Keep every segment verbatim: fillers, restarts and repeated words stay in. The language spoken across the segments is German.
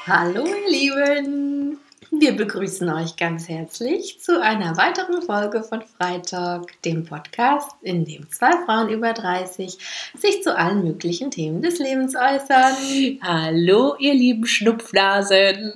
Hallo ihr Lieben, wir begrüßen euch ganz herzlich zu einer weiteren Folge von Freitalk, dem Podcast, in dem zwei Frauen über dreißig sich zu allen möglichen Themen des Lebens äußern. Hallo ihr lieben Schnupfnasen.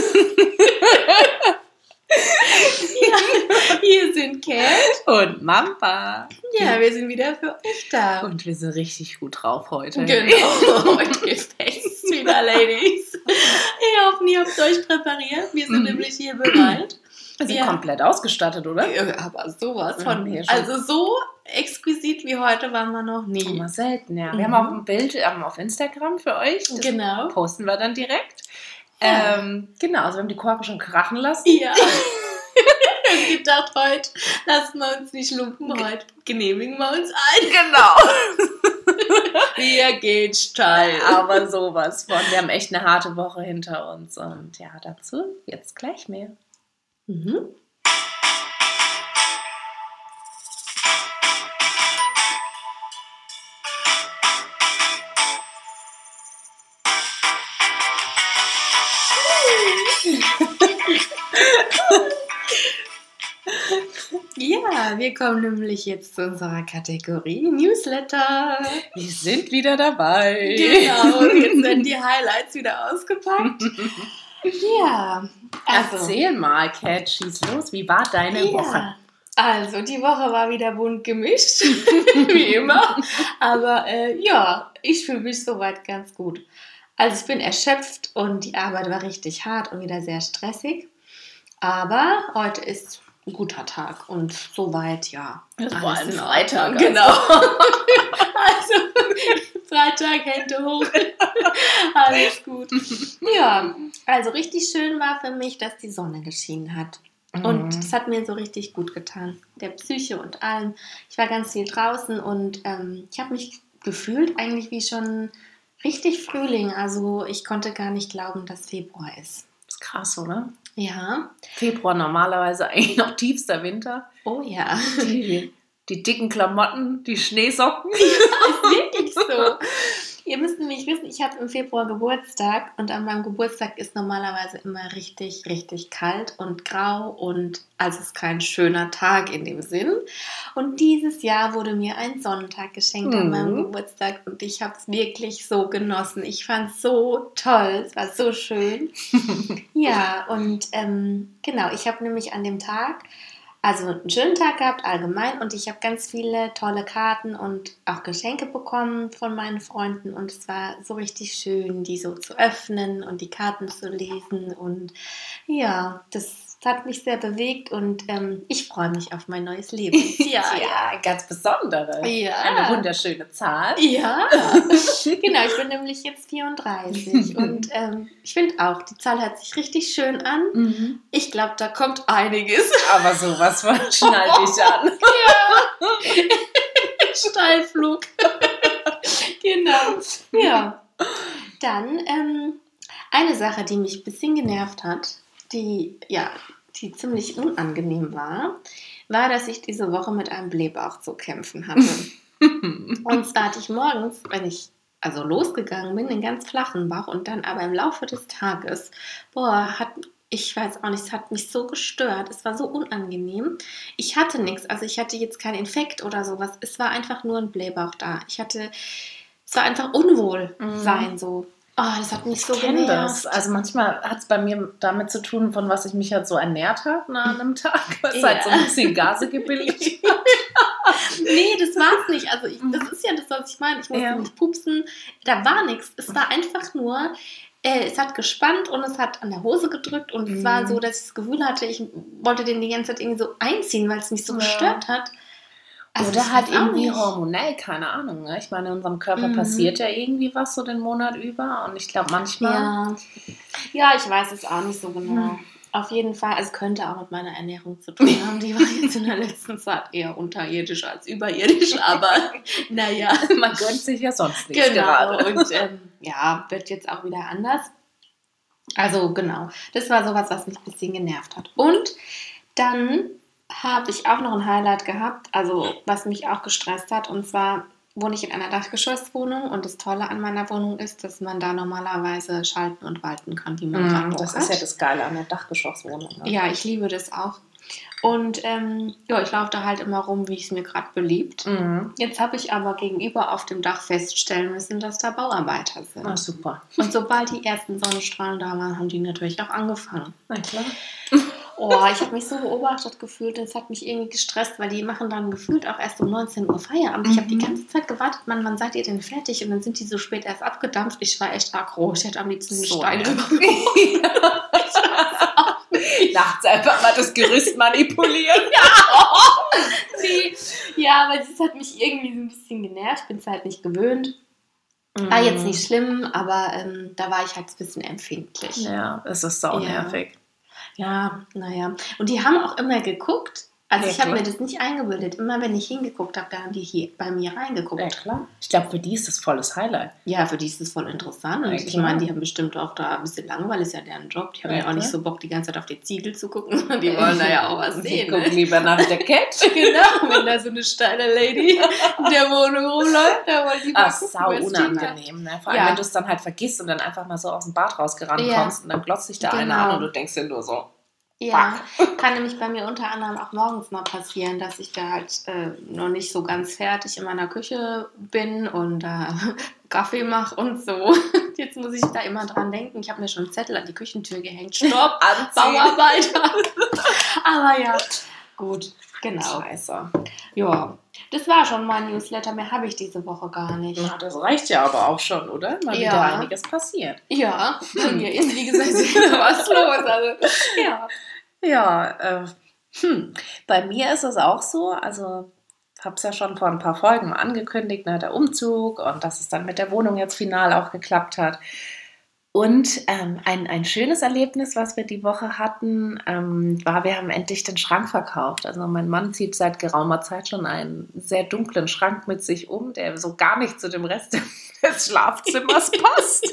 Ja, hier sind Cat und Mampa. Ja, wir sind wieder für euch da. Und wir sind richtig gut drauf heute. Genau, heute geht's fest wieder, Ladies. Ich hoffe, ihr habt euch präpariert. Wir sind mhm. nämlich hier bereit. Wir sind ja. komplett ausgestattet, oder? Ja, aber sowas von mir. Also so exquisit wie heute waren wir noch nie. Immer selten, ja. Wir mhm. haben auch ein Bild ähm, auf Instagram für euch. Das genau. Posten wir dann direkt. Ja. Ähm, genau, also wir haben die Korken schon krachen lassen. Ja. Ich habe gedacht, heute lassen wir uns nicht lumpen, heute genehmigen wir uns ein. Genau. Wir gehen steil. Aber sowas von. Wir haben echt eine harte Woche hinter uns. Und ja, dazu jetzt gleich mehr. Mhm. Ja, wir kommen nämlich jetzt zu unserer Kategorie Newsletter. Wir sind wieder dabei. Genau, jetzt werden die Highlights wieder ausgepackt. Ja, also. Erzähl mal, Cat, schieß los. Wie war deine ja. Woche? Also, die Woche war wieder bunt gemischt, wie immer. Aber äh, ja, ich fühle mich soweit ganz gut. Also, ich bin erschöpft und die Arbeit war richtig hart und wieder sehr stressig. Aber heute ist ein guter Tag und soweit, ja. Das war ein Freitag. Genau. Also, Freitag, Hände hoch. Alles gut. Ja, also richtig schön war für mich, dass die Sonne geschienen hat. Mhm. Und es hat mir so richtig gut getan. Der Psyche und allem. Ich war ganz viel draußen und ähm, ich habe mich gefühlt eigentlich wie schon richtig Frühling. Also ich konnte gar nicht glauben, dass Februar ist. Das ist krass, oder? Ja. Februar normalerweise eigentlich noch tiefster Winter. Oh ja. Die, die dicken Klamotten, die Schneesocken. Ja, ist wirklich so. Ihr müsst nämlich wissen, ich habe im Februar Geburtstag und an meinem Geburtstag ist normalerweise immer richtig, richtig kalt und grau und also es ist kein schöner Tag in dem Sinn. Und dieses Jahr wurde mir ein Sonnentag geschenkt mhm. an meinem Geburtstag und ich habe es wirklich so genossen. Ich fand es so toll, es war so schön. Ja, und ähm, genau, ich habe nämlich an dem Tag also einen schönen Tag gehabt, allgemein, und ich habe ganz viele tolle Karten und auch Geschenke bekommen von meinen Freunden und es war so richtig schön, die so zu öffnen und die Karten zu lesen und ja, das hat mich sehr bewegt und ähm, ich freue mich auf mein neues Leben. Ja, ja, ganz besondere. Ja. Eine wunderschöne Zahl. Ja, genau, ich bin nämlich jetzt vierunddreißig und ähm, ich finde auch, die Zahl hört sich richtig schön an. Mhm. Ich glaube, da kommt einiges. Aber sowas von schnall dich an. Ja, Steilflug. Genau, ja. Dann ähm, eine Sache, die mich ein bisschen genervt hat, die, ja, die ziemlich unangenehm war, war, dass ich diese Woche mit einem Blähbauch zu kämpfen hatte. Und zwar hatte ich morgens, wenn ich also losgegangen bin, einen ganz flachen Bauch und dann aber im Laufe des Tages, boah, hat, ich weiß auch nicht, es hat mich so gestört, es war so unangenehm. Ich hatte nichts, also ich hatte jetzt keinen Infekt oder sowas, es war einfach nur ein Blähbauch da. Ich hatte, es war einfach Unwohlsein mm. so. Oh, das hat mich so ich kenne das. Also manchmal hat es bei mir damit zu tun, von was ich mich halt so ernährt habe nach einem Tag. Was ja. halt so ein bisschen Gase gebildet hat. Nee, das war es nicht. Also ich, das ist ja das, was ich meine. Ich musste ja. nicht pupsen. Da war nichts. Es war einfach nur, äh, es hat gespannt und es hat an der Hose gedrückt und mhm. es war so, dass ich das Gefühl hatte, ich wollte den die ganze Zeit irgendwie so einziehen, weil es mich so ja. gestört hat. Also Oder halt irgendwie nicht. hormonell, keine Ahnung. Ne? Ich meine, in unserem Körper mhm. passiert ja irgendwie was so den Monat über. Und ich glaube manchmal... Ja. ja, ich weiß es auch nicht so genau. Mhm. Auf jeden Fall, also es könnte auch mit meiner Ernährung zu tun haben. Die war jetzt in der letzten Zeit eher unterirdisch als überirdisch. Aber naja. Man gönnt sich ja sonst nichts genau. gerade. Und ähm, ja, wird jetzt auch wieder anders. Also genau, das war sowas, was mich ein bisschen genervt hat. Und dann habe ich auch noch ein Highlight gehabt, also was mich auch gestresst hat, und zwar wohne ich in einer Dachgeschosswohnung und das Tolle an meiner Wohnung ist, dass man da normalerweise schalten und walten kann, wie man mm, gerade Das hat. ist ja das Geile an der Dachgeschosswohnung. Ne? Ja, ich liebe das auch. Und ähm, ja, ich laufe da halt immer rum, wie es mir gerade beliebt. Mhm. Jetzt habe ich aber gegenüber auf dem Dach feststellen müssen, dass da Bauarbeiter sind. Na super. Und sobald die ersten Sonnenstrahlen da waren, haben die natürlich auch angefangen. Na klar. Oh, ich habe mich so beobachtet gefühlt, das hat mich irgendwie gestresst, weil die machen dann gefühlt auch erst um neunzehn Uhr Feierabend. Ich habe die ganze Zeit gewartet, Mann, wann seid ihr denn fertig? Und dann sind die so spät erst abgedampft. Ich war echt aggro. Ich hätte am liebsten einen So, Stein ja. rübergeworfen. Nachts einfach mal das Gerüst manipulieren. Nee. Ja, aber das hat mich irgendwie so ein bisschen genervt. Ich bin es halt nicht gewöhnt. War jetzt nicht schlimm, aber ähm, da war ich halt ein bisschen empfindlich. Ja, es ist sau nervig. Ja, naja. Und die haben auch immer geguckt. Also Ja, ich habe klar. mir das nicht eingebildet. Immer wenn ich hingeguckt habe, da haben die hier bei mir reingeguckt. Ja, klar. Ich glaube, für die ist das volles Highlight. Ja, für die ist es voll interessant. Und Ja, ich klar. meine, die haben bestimmt auch da ein bisschen Langeweile, ist ja deren Job. Die haben Ja, ja, auch nicht klar. so Bock, die ganze Zeit auf die Ziegel zu gucken. Die wollen da ja auch was Die sehen. gucken Ne? lieber nach der Cat. Genau, wenn da so eine steile Lady in der Wohnung rumläuft, da wollen die mal Ah, gucken, sau was die da- unangenehm. Ne? Vor allem, Ja. wenn du es dann halt vergisst und dann einfach mal so aus dem Bad rausgerannt Ja. kommst und dann glotzt dich da Genau. einer an und du denkst dir nur so, Ja, kann nämlich bei mir unter anderem auch morgens mal passieren, dass ich da halt äh, noch nicht so ganz fertig in meiner Küche bin und äh, Kaffee mache und so. Jetzt muss ich da immer dran denken. Ich habe mir schon einen Zettel an die Küchentür gehängt. Stopp, anziehen. Bauarbeiter. Aber ja, gut, genau. Scheiße. Ja, das war schon mein Newsletter. Mehr habe ich diese Woche gar nicht. Na, das reicht ja aber auch schon, oder? Mal Ja. wieder einiges passiert. Ja, bei mir ist, wie gesagt, was los. Also, ja. Ja, äh, hm. Bei mir ist es auch so, also ich habe es ja schon vor ein paar Folgen mal angekündigt, ne, der Umzug und dass es dann mit der Wohnung jetzt final auch geklappt hat. Und ähm, ein, ein schönes Erlebnis, was wir die Woche hatten, ähm, war, wir haben endlich den Schrank verkauft. Also mein Mann zieht seit geraumer Zeit schon einen sehr dunklen Schrank mit sich um, der so gar nicht zu dem Rest des Schlafzimmers passt.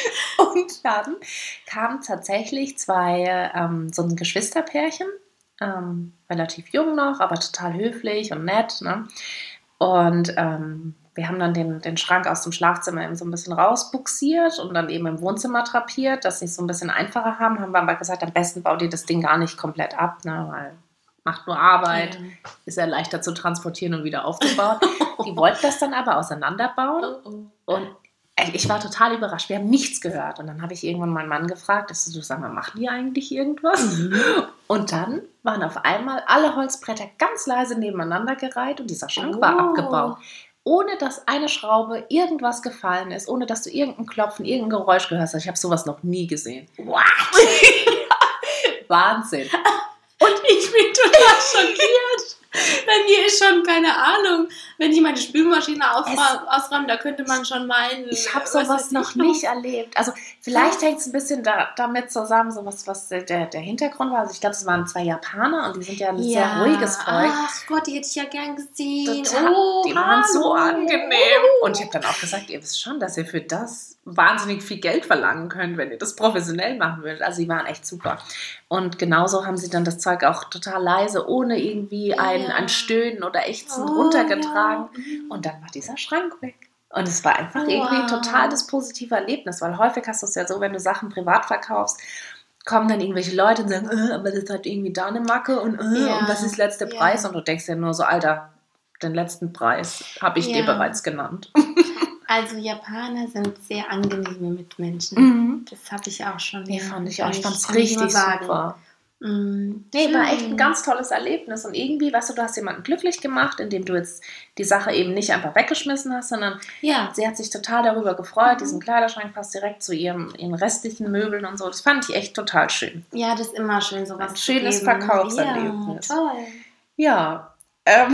Und dann kamen tatsächlich zwei, ähm, so ein Geschwisterpärchen, ähm, relativ jung noch, aber total höflich und nett. Ne? Und ähm, wir haben dann den, den Schrank aus dem Schlafzimmer eben so ein bisschen rausbuxiert und dann eben im Wohnzimmer drapiert, dass sie es so ein bisschen einfacher haben. Haben wir aber gesagt, am besten baut ihr das Ding gar nicht komplett ab, ne? Weil macht nur Arbeit, Ja. ist ja leichter zu transportieren und wieder aufzubauen. Die wollten das dann aber auseinanderbauen. Oh, oh. Und ich war total überrascht. Wir haben nichts gehört. Und dann habe ich irgendwann meinen Mann gefragt, dass du sag mal, machen die eigentlich irgendwas? Mhm. Und dann waren auf einmal alle Holzbretter ganz leise nebeneinander gereiht und dieser Schrank Oh. war abgebaut. Ohne dass eine Schraube irgendwas gefallen ist, ohne dass du irgendein Klopfen, irgendein Geräusch gehört hast. Ich habe sowas noch nie gesehen. What? Wahnsinn. Und ich bin total schockiert. Bei mir ist schon, keine Ahnung, wenn ich meine Spülmaschine aufra- ausräume, da könnte man schon meinen. Ich habe was sowas weiß noch ich nicht erlebt. Also vielleicht hängt es ein bisschen da, damit zusammen, so was, was der, der Hintergrund war. Also ich glaube, es waren zwei Japaner und die sind ja ein Ja. sehr ruhiges Volk. Ach Gott, die hätte ich ja gern gesehen. Total. Oh, Die waren so hallo. angenehm. Und ich habe dann auch gesagt, ihr wisst schon, dass ihr für das wahnsinnig viel Geld verlangen könnt, wenn ihr das professionell machen würdet. Also die waren echt super. Und genauso haben sie dann das Zeug auch total leise, ohne irgendwie ein, Ja. ein Stöhnen oder Ächzen Oh, runtergetragen. ja. Und dann war dieser Schrank weg. Und es war einfach Wow. irgendwie ein total das positive Erlebnis, weil häufig hast du es ja so, wenn du Sachen privat verkaufst, kommen dann irgendwelche Leute und sagen, äh, aber das hat irgendwie da eine Macke und, äh, Ja. und was ist der letzte Ja. Preis? Und du denkst ja nur so, Alter, den letzten Preis habe ich Ja. dir bereits genannt. Also Japaner sind sehr angenehme Mitmenschen. Mhm. Das habe ich auch schon. Nee, ja. fand ich auch. Kann Ich fand es kann ich nur richtig sagen. super. Mm, Nee, war echt schön. ein ganz tolles Erlebnis. Und irgendwie, weißt du, du hast jemanden glücklich gemacht, indem du jetzt die Sache eben nicht einfach weggeschmissen hast, sondern Ja, sie hat sich total darüber gefreut. Diesen Kleiderschrank passt direkt zu ihrem, ihren restlichen Möbeln und so. Das fand ich echt total schön. ja, das ist immer schön, sowas Ein zu schönes geben. Verkaufserlebnis. Ja, toll. Ja. Ähm.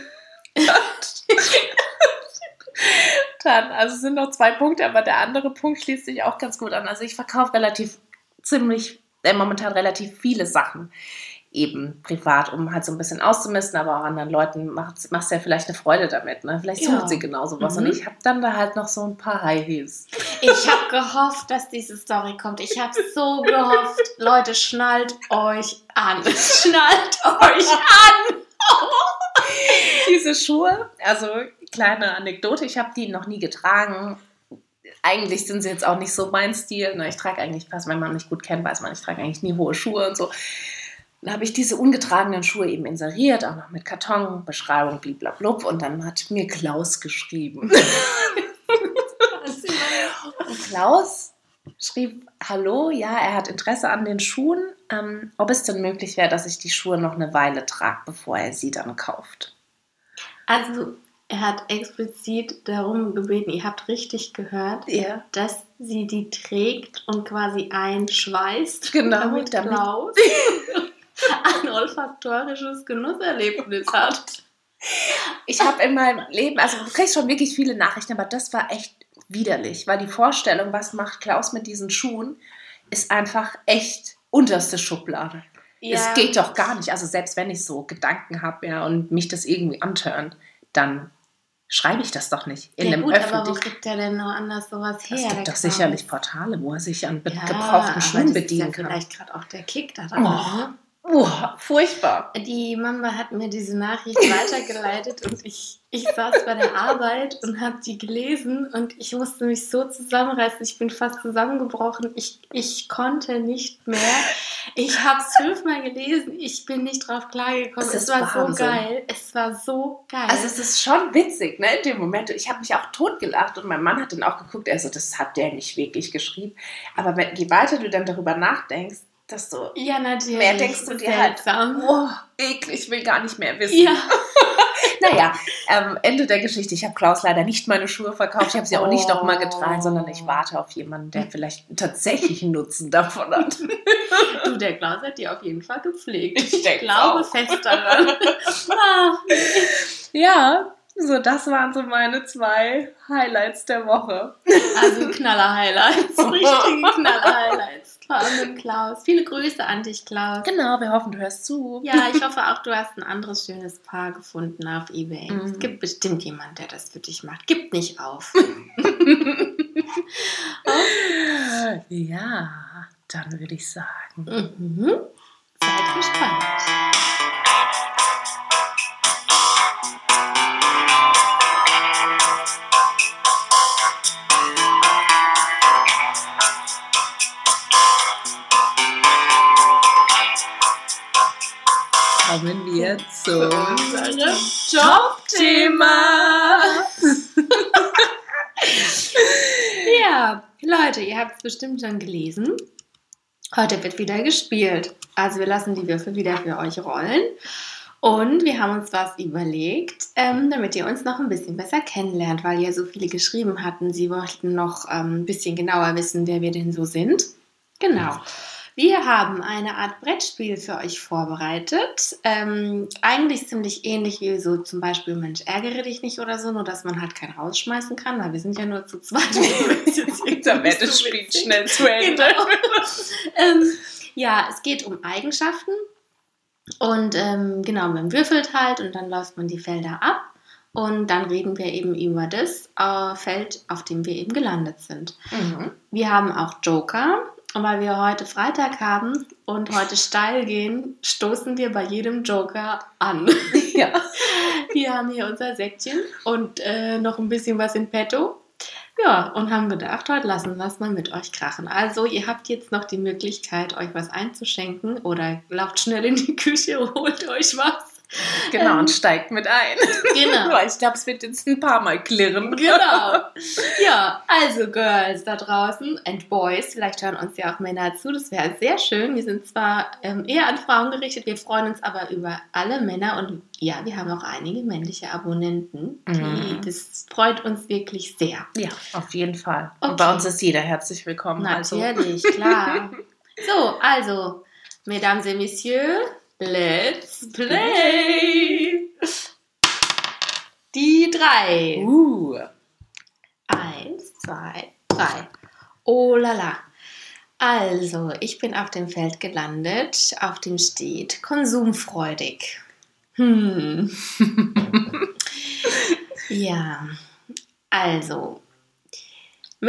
Dann, also es sind noch zwei Punkte, aber der andere Punkt schließt sich auch ganz gut an. Also ich verkaufe relativ, ziemlich, äh, momentan relativ viele Sachen eben privat, um halt so ein bisschen auszumisten, aber auch anderen Leuten macht, machst du ja vielleicht eine Freude damit. Ne? Vielleicht Ja. sucht sie genau sowas. Mhm. Und ich habe dann da halt noch so ein paar High Heels. Ich habe gehofft, dass diese Story kommt. Ich habe so gehofft. Leute, schnallt euch an. Schnallt euch an. Diese Schuhe, also kleine Anekdote, ich habe die noch nie getragen. Eigentlich sind sie jetzt auch nicht so mein Stil. Ich trage eigentlich, was mein Mann nicht gut kennt, weiß man, ich trage eigentlich nie hohe Schuhe und so. Dann habe ich diese ungetragenen Schuhe eben inseriert, auch noch mit Karton, Beschreibung, bliblablub. Und dann hat mir Klaus geschrieben. Und Klaus schrieb, hallo, ja, er hat Interesse an den Schuhen. Ähm, ob es denn möglich wäre, dass ich die Schuhe noch eine Weile trage, bevor er sie dann kauft. Also, er hat explizit darum gebeten, ihr habt richtig gehört, ja. dass sie die trägt und quasi einschweißt, genau, damit, damit Klaus ein olfaktorisches Genusserlebnis hat. Ich habe in meinem Leben, also du kriegst schon wirklich viele Nachrichten, aber das war echt widerlich, weil die Vorstellung, was macht Klaus mit diesen Schuhen, ist einfach echt unterste Schublade. Ja. Es geht doch gar nicht. Also selbst wenn ich so Gedanken habe, ja, und mich das irgendwie antörnt, dann schreibe ich das doch nicht in ja, einem gut, öffentlichen... aber wo kriegt er denn noch anders sowas her? Es gibt doch sicherlich Portale, wo er sich an ja, gebrauchten Schuhen bedienen ist ja kann. Vielleicht gerade auch der Kick da drauf. Oh. Uh, furchtbar. Die Mama hat mir diese Nachricht weitergeleitet und ich, ich saß bei der Arbeit und habe die gelesen und ich musste mich so zusammenreißen. Ich bin fast zusammengebrochen. Ich, ich konnte nicht mehr. Ich habe es fünfmal gelesen. Ich bin nicht drauf klargekommen. Es war Wahnsinn. So geil. Es war so geil. Also es ist schon witzig, ne, in dem Moment. Ich habe mich auch totgelacht und mein Mann hat dann auch geguckt. Er so, das hat der nicht wirklich geschrieben. Aber wenn, je weiter du dann darüber nachdenkst, dass du ja, natürlich. mehr denkst du dir seltsam. halt, oh, eklig, ich will gar nicht mehr wissen. Ja. Naja, ähm, Ende der Geschichte. Ich habe Klaus leider nicht meine Schuhe verkauft. Ich habe sie auch nicht oh. nochmal getragen, sondern ich warte auf jemanden, der vielleicht tatsächlich einen Nutzen davon hat. Du, der Klaus hat die auf jeden Fall gepflegt. Ich, ich glaube auch. fest daran. Ach, nee. Ja, so, das waren so meine zwei Highlights der Woche. Also Knaller-Highlights, richtige Knaller-Highlights. Vor allem mit Klaus. Viele Grüße an dich, Klaus. Genau, wir hoffen, du hörst zu. Ja, ich hoffe auch, du hast ein anderes schönes Paar gefunden auf eBay. Mhm. Es gibt bestimmt jemanden, der das für dich macht. Gib nicht auf. Okay. Ja, dann würde ich sagen. Mhm. Seid gespannt. Kommen wir zu unserem Top-Thema. Ja, Leute, ihr habt es bestimmt schon gelesen. Heute wird wieder gespielt. Also wir lassen die Würfel wieder für euch rollen. Und wir haben uns was überlegt, ähm, damit ihr uns noch ein bisschen besser kennenlernt, weil ja so viele geschrieben hatten, sie wollten noch ähm, ein bisschen genauer wissen, wer wir denn so sind. Genau. Wir haben eine Art Brettspiel für euch vorbereitet. Ähm, eigentlich ziemlich ähnlich wie so zum Beispiel Mensch, ärgere dich nicht oder so, nur dass man halt keinen rausschmeißen kann, weil wir sind ja nur zu zweit. Da wird das Spiel schnell zu Ende. Genau. ähm, ja, es geht um Eigenschaften und ähm, genau, man würfelt halt und dann läuft man die Felder ab und dann reden wir eben über das äh, Feld, auf dem wir eben gelandet sind. Mhm. Wir haben auch Joker. Und weil wir heute Freitag haben und heute steil gehen, stoßen wir bei jedem Joker an. Ja. Wir haben hier unser Säckchen und äh, noch ein bisschen was in petto. Ja, und haben gedacht, heute lassen wir es mal mit euch krachen. Also, ihr habt jetzt noch die Möglichkeit, euch was einzuschenken oder lauft schnell in die Küche, holt euch was. Genau, ähm, und steigt mit ein. Genau. Weil ich glaube, es wird jetzt ein paar Mal klirren. Genau. Ja, also Girls da draußen and Boys, vielleicht hören uns ja auch Männer zu, das wäre sehr schön. Wir sind zwar ähm, eher an Frauen gerichtet, wir freuen uns aber über alle Männer und ja, wir haben auch einige männliche Abonnenten. Die, Mhm. Das freut uns wirklich sehr. Ja, auf jeden Fall. Okay. Und bei uns ist jeder herzlich willkommen. Natürlich, klar. So, also, Mesdames et Messieurs, let's play! Die drei. Uh. Eins, zwei, drei. Oh lala. Also, ich bin auf dem Feld gelandet, auf dem steht konsumfreudig. Hm. Ja, also,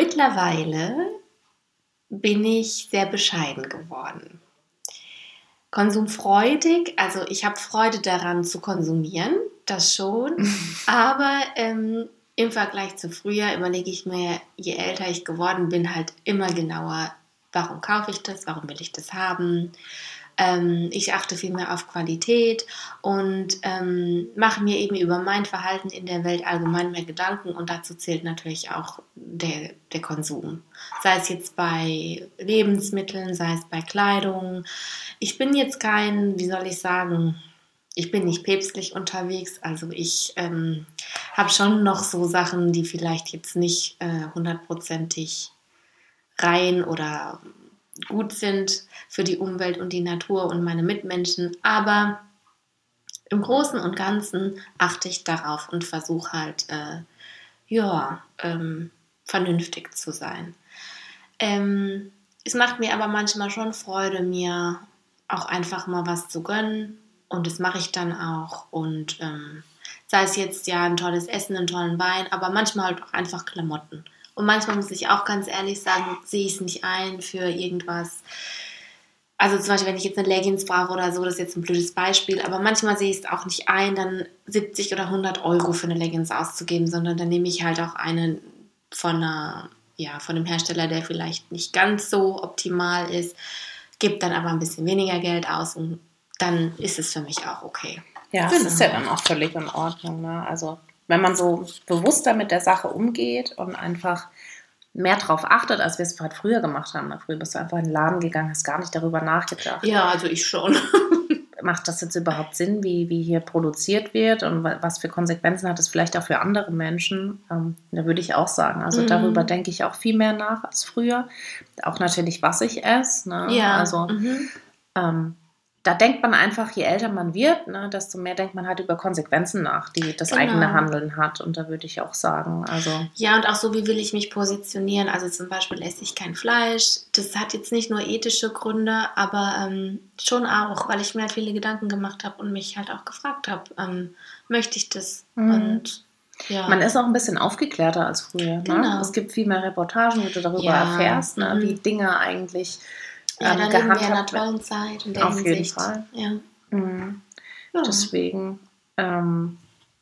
mittlerweile bin ich sehr bescheiden geworden. konsumfreudig. Also ich habe Freude daran zu konsumieren, das schon. Aber ähm, im Vergleich zu früher überlege ich mir, je älter ich geworden bin, halt immer genauer, warum kaufe ich das, warum will ich das haben. Ähm, ich achte viel mehr auf Qualität und ähm, mache mir eben über mein Verhalten in der Welt allgemein mehr Gedanken und dazu zählt natürlich auch der, der Konsum. Sei es jetzt bei Lebensmitteln, sei es bei Kleidung. Ich bin jetzt kein, wie soll ich sagen, ich bin nicht päpstlich unterwegs, also ich ähm, habe schon noch so Sachen, die vielleicht jetzt nicht äh, hundertprozentig rein oder gut sind für die Umwelt und die Natur und meine Mitmenschen, aber im Großen und Ganzen achte ich darauf und versuche halt, äh, ja, ähm, vernünftig zu sein. Ähm, es macht mir aber manchmal schon Freude, mir auch einfach mal was zu gönnen und das mache ich dann auch und ähm, sei es jetzt ja ein tolles Essen, einen tollen Wein, aber manchmal halt auch einfach Klamotten. Und manchmal muss ich auch ganz ehrlich sagen, sehe ich es nicht ein für irgendwas. Also zum Beispiel, wenn ich jetzt eine Leggings brauche oder so, das ist jetzt ein blödes Beispiel, aber manchmal sehe ich es auch nicht ein, dann siebzig oder hundert Euro für eine Leggings auszugeben, sondern dann nehme ich halt auch eine von, einer, ja, von einem Hersteller, der vielleicht nicht ganz so optimal ist, gebe dann aber ein bisschen weniger Geld aus und dann ist es für mich auch okay. Ja, das genau. ist ja dann auch völlig in Ordnung, ne? Also wenn man so bewusster mit der Sache umgeht und einfach mehr drauf achtet, als wir es halt früher gemacht haben. Früher bist du einfach in den Laden gegangen, hast gar nicht darüber nachgedacht. Ja, also ich schon. Macht das jetzt überhaupt Sinn, wie, wie hier produziert wird und was für Konsequenzen hat es vielleicht auch für andere Menschen? Ähm, da würde ich auch sagen. Also mhm. darüber denke ich auch viel mehr nach als früher. Auch natürlich, was ich esse. Ne? Ja. Also mhm. ähm, da denkt man einfach, je älter man wird, ne, desto mehr denkt man halt über Konsequenzen nach, die das genau. eigene Handeln hat. Und da würde ich auch sagen, also... Ja, und auch so, wie will ich mich positionieren? Also zum Beispiel esse ich kein Fleisch. Das hat jetzt nicht nur ethische Gründe, aber ähm, schon auch, weil ich mir halt viele Gedanken gemacht habe und mich halt auch gefragt habe, ähm, möchte ich das? Mhm. Und ja. Man ist auch ein bisschen aufgeklärter als früher. Genau. Ne? Es gibt viel mehr Reportagen, wo du darüber ja. erfährst, ne, mhm. wie Dinge eigentlich... Ja, ähm, da leben wir in einer tollen Zeit in der Auf Hinsicht. jeden Fall. Ja. Mhm. Ja. Deswegen, ähm,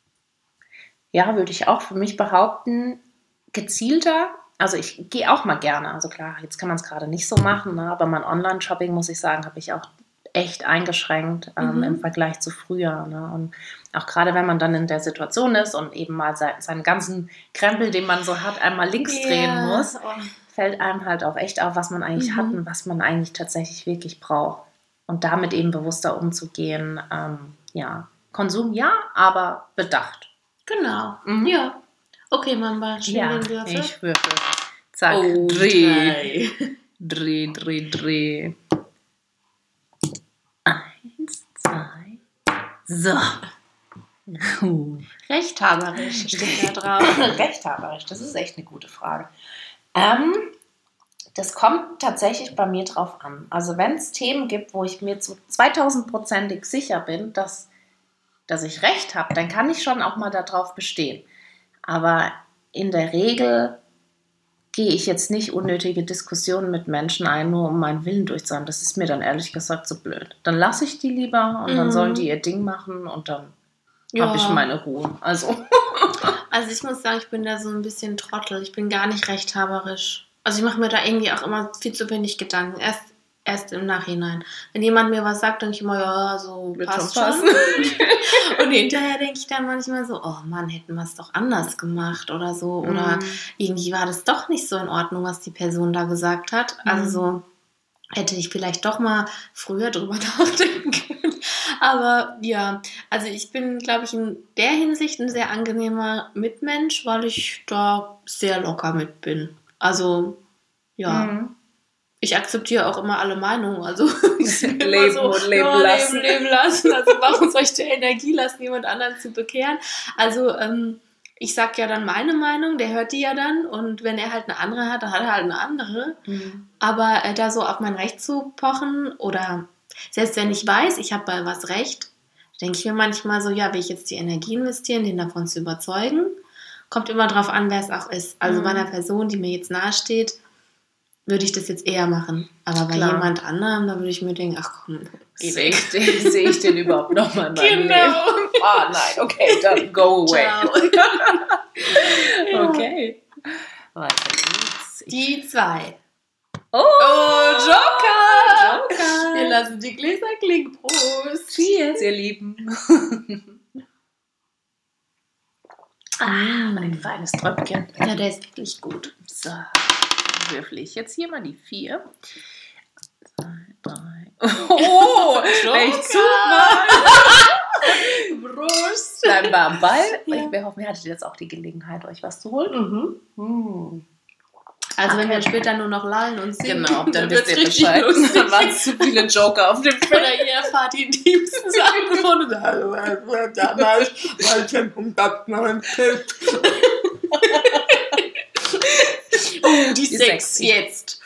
ja, würde ich auch für mich behaupten, gezielter, also ich gehe auch mal gerne, also klar, jetzt kann man es gerade nicht so machen, ne, aber mein Online-Shopping, muss ich sagen, habe ich auch echt eingeschränkt ähm, Mhm. im Vergleich zu früher. Ne? Und auch gerade wenn man dann in der Situation ist und eben mal seinen, seinen ganzen Krempel, den man so hat, einmal links Ja. drehen muss, Oh. fällt einem halt auch echt auf, was man eigentlich Mhm. hat und was man eigentlich tatsächlich wirklich braucht. Und damit eben bewusster umzugehen, ähm, ja, Konsum ja, aber bedacht. Genau, Mhm. ja. Okay, Mamba, schön Ja, den Würfel. ich würfel. Zack, Oh, dreh. drei. Dreh, dreh, dreh. Eins, zwei. So. Uh. Rechthaberisch steht da drauf. Rechthaberisch, das ist echt eine gute Frage. Ähm, das kommt tatsächlich bei mir drauf an. Also wenn es Themen gibt, wo ich mir zu zweitausendprozentig sicher bin, dass, dass ich recht habe, dann kann ich schon auch mal darauf bestehen. Aber in der Regel gehe ich jetzt nicht unnötige Diskussionen mit Menschen ein, nur um meinen Willen durchzuhaben. Das ist mir dann ehrlich gesagt so blöd. Dann lasse ich die lieber und mhm. dann sollen die ihr Ding machen und dann ja. habe ich meine Ruhe. Also. Also ich muss sagen, ich bin da so ein bisschen Trottel. Ich bin gar nicht rechthaberisch. Also ich mache mir da irgendwie auch immer viel zu wenig Gedanken. Erst, erst im Nachhinein. Wenn jemand mir was sagt, denke ich immer, ja, so Wird passt schon. schon. Und hinterher denke ich dann manchmal so, oh Mann, hätten wir es doch anders gemacht oder so. Oder mm. irgendwie war das doch nicht so in Ordnung, was die Person da gesagt hat. Mm. Also so hätte ich vielleicht doch mal früher drüber nachdenken können. Aber ja, also ich bin, glaube ich, in der Hinsicht ein sehr angenehmer Mitmensch, weil ich da sehr locker mit bin. Also, ja. Mhm. Ich akzeptiere auch immer alle Meinungen. Also, ich leben so, und leben ja, lassen. Leben, leben lassen. Also, warum soll ich die Energie lassen, jemand anderen zu bekehren? Also, ähm, ich sag ja dann meine Meinung, der hört die ja dann. Und wenn er halt eine andere hat, dann hat er halt eine andere. Mhm. Aber äh, da so auf mein Recht zu pochen oder selbst wenn ich weiß, ich habe bei was recht, denke ich mir manchmal so, ja, will ich jetzt die Energie investieren, den davon zu überzeugen? Kommt immer drauf an, wer es auch ist. Also mhm. bei einer Person, die mir jetzt nahesteht, würde ich das jetzt eher machen. Aber bei Klar. jemand anderem, da würde ich mir denken, ach komm, geh Sehe weg. ich, den- sehe ich den überhaupt nochmal in meinem Genau. Leben? Ah, nein, okay, dann go away. Ciao. Ja. Okay. Weiter geht's. Ich- Die zwei. Oh, Oh, Joker! Joker! Wir lassen die Gläser klingen. Prost! Cheers, ihr Lieben. Ah, ein feines Tröpfchen. Ja, der ist wirklich gut. So, würfel ich jetzt hier mal die vier. Zwei, drei. Oh, welch Zufall! Prost! Bleiben wir am Ball. Ja. Wir hoffen, ihr hattet jetzt auch die Gelegenheit, euch was zu holen. Mhm. Hm. Also wenn Okay. wir später nur noch lallen und singen, Genau, dann wisst wird's ihr richtig Bescheid. lustig. Dann waren es zu viele Joker auf dem Feld. Oder ihr erfahrt die intimsten Sachen von uns. Damals, Oh, die, Die sechs sechs. jetzt.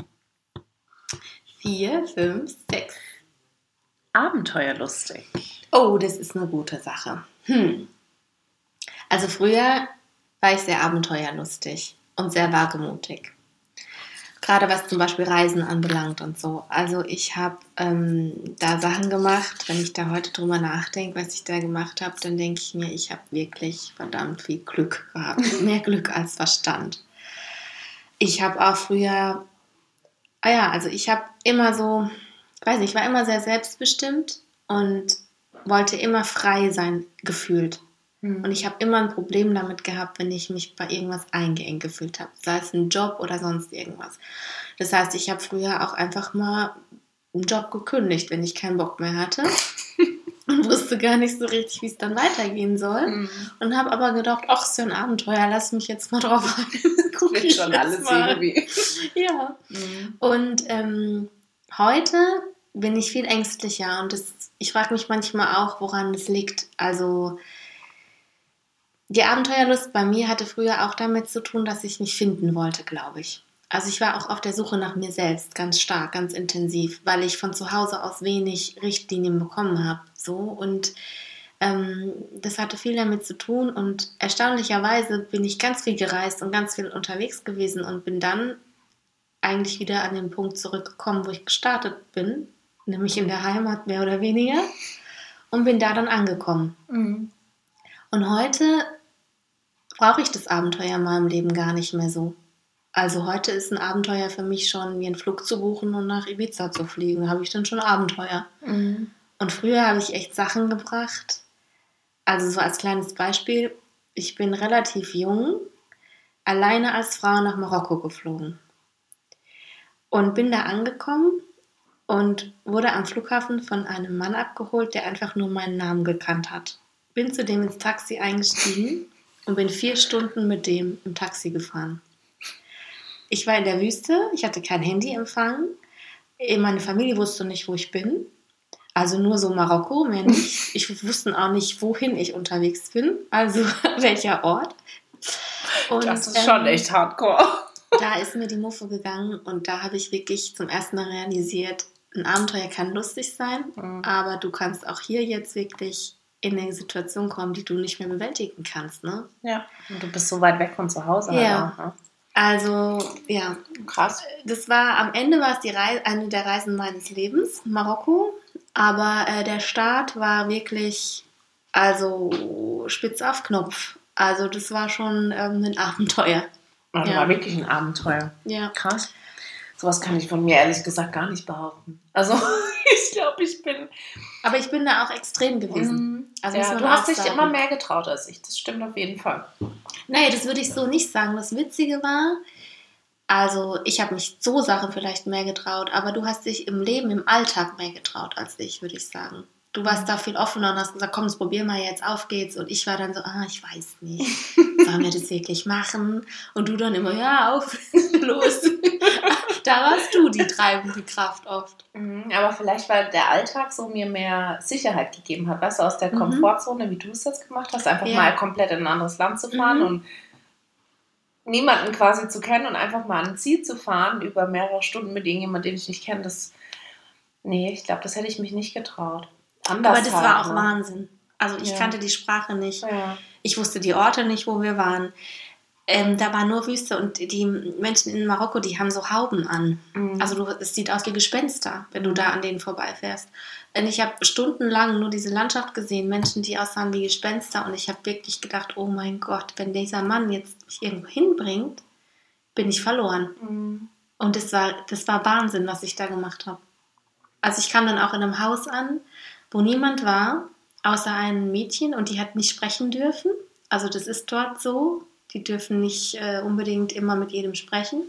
Vier, fünf, sechs. Abenteuerlustig. Oh, das ist eine gute Sache. Hm. Also früher war ich sehr abenteuerlustig und sehr wagemutig. Gerade was zum Beispiel Reisen anbelangt und so. Also ich habe ähm, da Sachen gemacht, wenn ich da heute drüber nachdenke, was ich da gemacht habe, dann denke ich mir, ich habe wirklich verdammt viel Glück gehabt. Mehr Glück als Verstand. Ich habe auch früher, ah ja, also ich habe immer so, ich weiß nicht, ich war immer sehr selbstbestimmt und wollte immer frei sein, gefühlt. Und ich habe immer ein Problem damit gehabt, wenn ich mich bei irgendwas eingeengt gefühlt habe. Sei es ein Job oder sonst irgendwas. Das heißt, ich habe früher auch einfach mal einen Job gekündigt, wenn ich keinen Bock mehr hatte. Und wusste gar nicht so richtig, wie es dann weitergehen soll. Mhm. Und habe aber gedacht, ach, ist ja ein Abenteuer, lass mich jetzt mal drauf ein. Guck Wird ich schon jetzt alles mal. irgendwie. Ja. Mhm. Und ähm, heute bin ich viel ängstlicher. Und das, ich frage mich manchmal auch, woran es liegt. Also die Abenteuerlust bei mir hatte früher auch damit zu tun, dass ich mich finden wollte, glaube ich. Also ich war auch auf der Suche nach mir selbst, ganz stark, ganz intensiv, weil ich von zu Hause aus wenig Richtlinien bekommen habe. So. Und ähm, das hatte viel damit zu tun. Und erstaunlicherweise bin ich ganz viel gereist und ganz viel unterwegs gewesen und bin dann eigentlich wieder an den Punkt zurückgekommen, wo ich gestartet bin, nämlich in der Heimat mehr oder weniger, und bin da dann angekommen. Mhm. Und heute brauche ich das Abenteuer in meinem Leben gar nicht mehr so. Also heute ist ein Abenteuer für mich schon, mir einen Flug zu buchen und nach Ibiza zu fliegen. Da habe ich dann schon Abenteuer. Mhm. Und früher habe ich echt Sachen gebracht. Also so als kleines Beispiel, ich bin relativ jung, alleine als Frau nach Marokko geflogen. Und bin da angekommen und wurde am Flughafen von einem Mann abgeholt, der einfach nur meinen Namen gekannt hat. Bin zu dem ins Taxi eingestiegen und bin vier Stunden mit dem im Taxi gefahren. Ich war in der Wüste, ich hatte kein Handyempfang, meine Familie wusste nicht, wo ich bin, also nur so Marokko, mehr nicht. Ich wusste auch nicht, wohin ich unterwegs bin, also welcher Ort. Und, Das ist schon ähm, echt hardcore. Da ist mir die Muffe gegangen und da habe ich wirklich zum ersten Mal realisiert, ein Abenteuer kann lustig sein, Mhm. aber du kannst auch hier jetzt wirklich in eine Situation kommen, die du nicht mehr bewältigen kannst, ne? Ja. Und du bist so weit weg von zu Hause. Ja. Halt auch, ne? Also, ja, Krass. das war, am Ende war es die Reise, eine der Reisen meines Lebens, Marokko, aber äh, der Start war wirklich, also spitz auf Knopf. Also das war schon ähm, ein Abenteuer. Also Ja. war wirklich ein Abenteuer. Ja. Krass. Sowas kann ich von mir ehrlich gesagt gar nicht behaupten. Also ich glaube, ich bin... Aber ich bin da auch extrem gewesen. Mhm. Also muss Ja, man du hast auch dich sagen. immer mehr getraut als ich. Das stimmt auf jeden Fall. Nee, das würde ich so nicht sagen. Das Witzige war, also ich habe mich so Sachen vielleicht mehr getraut, aber du hast dich im Leben, im Alltag mehr getraut als ich, würde ich sagen. Du warst da viel offener und hast gesagt, komm, das probier mal jetzt, auf geht's. Und ich war dann so, ah, ich weiß nicht, sollen wir das wirklich machen? Und du dann immer, ja, auf, los. Da warst du die treibende Kraft oft. Mhm, aber vielleicht, weil der Alltag so mir mehr Sicherheit gegeben hat, weißt du, aus der Mhm. Komfortzone, wie du es jetzt gemacht hast, einfach Ja. mal komplett in ein anderes Land zu fahren Mhm. und niemanden quasi zu kennen und einfach mal an ein Ziel zu fahren über mehrere Stunden mit irgendjemandem, den ich nicht kenne, das, nee, ich glaube, das hätte ich mich nicht getraut. Anders Aber das halt, war auch ne? Wahnsinn. Also ich Ja. kannte die Sprache nicht. Ja. Ich wusste die Orte nicht, wo wir waren. Ähm, da war nur Wüste und die Menschen in Marokko, die haben so Hauben an. Mhm. Also du, es sieht aus wie Gespenster, wenn du da an denen vorbeifährst. Und ich habe stundenlang nur diese Landschaft gesehen, Menschen, die aussahen wie Gespenster. Und ich habe wirklich gedacht, oh mein Gott, wenn dieser Mann jetzt mich irgendwo hinbringt, bin ich verloren. Mhm. Und das war, das war Wahnsinn, was ich da gemacht habe. Also ich kam dann auch in einem Haus an, wo niemand war, außer ein Mädchen und die hat nicht sprechen dürfen. Also das ist dort so. Die dürfen nicht äh, unbedingt immer mit jedem sprechen.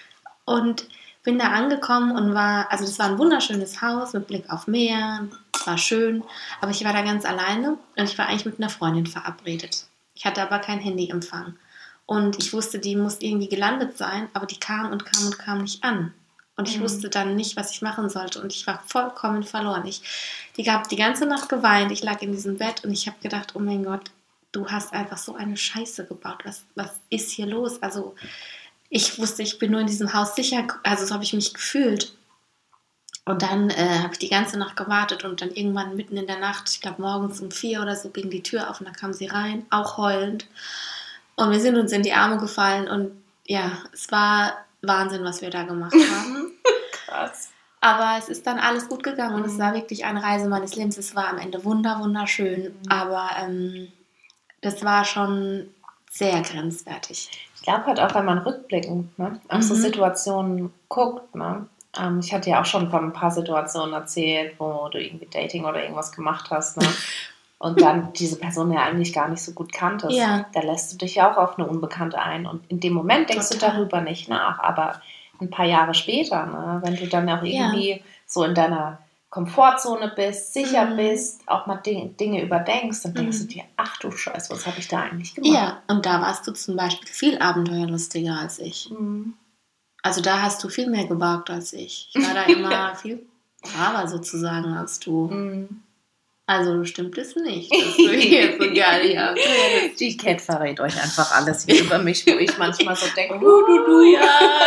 Und bin da angekommen und war, also das war ein wunderschönes Haus mit Blick auf Meer. Es war schön, aber ich war da ganz alleine und ich war eigentlich mit einer Freundin verabredet. Ich hatte aber kein Handyempfang. Und ich wusste, die muss irgendwie gelandet sein, aber die kam und kam und kam nicht an. Und ich Mhm. wusste dann nicht, was ich machen sollte. Und ich war vollkommen verloren. Ich, die habe die ganze Nacht geweint. Ich lag in diesem Bett und ich habe gedacht, oh mein Gott, du hast einfach so eine Scheiße gebaut. Was, was ist hier los? Also ich wusste, ich bin nur in diesem Haus sicher. Also so habe ich mich gefühlt. Und dann äh, habe ich die ganze Nacht gewartet und dann irgendwann mitten in der Nacht, ich glaube morgens um vier oder so, ging die Tür auf und da kam sie rein, auch heulend. Und wir sind uns in die Arme gefallen und ja, es war Wahnsinn, was wir da gemacht haben. Krass. Aber es ist dann alles gut gegangen und Mhm. es war wirklich eine Reise meines Lebens. Es war am Ende wunder, wunderschön, Mhm. aber ähm, das war schon sehr grenzwertig. Ich glaube halt auch, wenn man rückblickend ne, auf so Mhm. Situationen guckt, ne, ähm, ich hatte ja auch schon von ein paar Situationen erzählt, wo du irgendwie Dating oder irgendwas gemacht hast, ne, und dann diese Person ja eigentlich gar nicht so gut kanntest. Ja. Da lässt du dich ja auch auf eine Unbekannte ein und in dem Moment denkst Total. du darüber nicht nach, aber ein paar Jahre später, ne, wenn du dann auch irgendwie Ja. so in deiner Komfortzone bist, sicher Mhm. bist, auch mal Dinge, Dinge überdenkst, dann denkst Mhm. du dir, ach du Scheiße, was habe ich da eigentlich gemacht? Ja, und da warst du zum Beispiel viel abenteuerlustiger als ich. Mhm. Also da hast du viel mehr gewagt als ich. Ich war da immer viel braver sozusagen als du. Mhm. Also stimmt es nicht, dass du hier so geil hier redest. Die Cat verrät euch einfach alles hier über mich, wo ich manchmal so denke, du, Du, du, du. ja.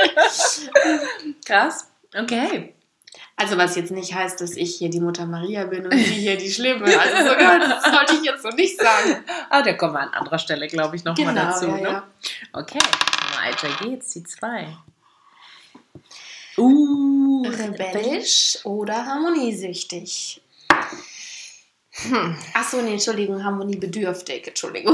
Krass, okay. Also was jetzt nicht heißt, dass ich hier die Mutter Maria bin und sie hier die Schlimme. Also sogar, das sollte ich jetzt so nicht sagen. Ah, da kommen wir an anderer Stelle, glaube ich, nochmal Genau, dazu. ja, Ne? ja. Okay, weiter geht's, die zwei. Uh, Rebellisch oder harmoniesüchtig? Hm. Achso, nee, Entschuldigung, harmoniebedürftig. Entschuldigung.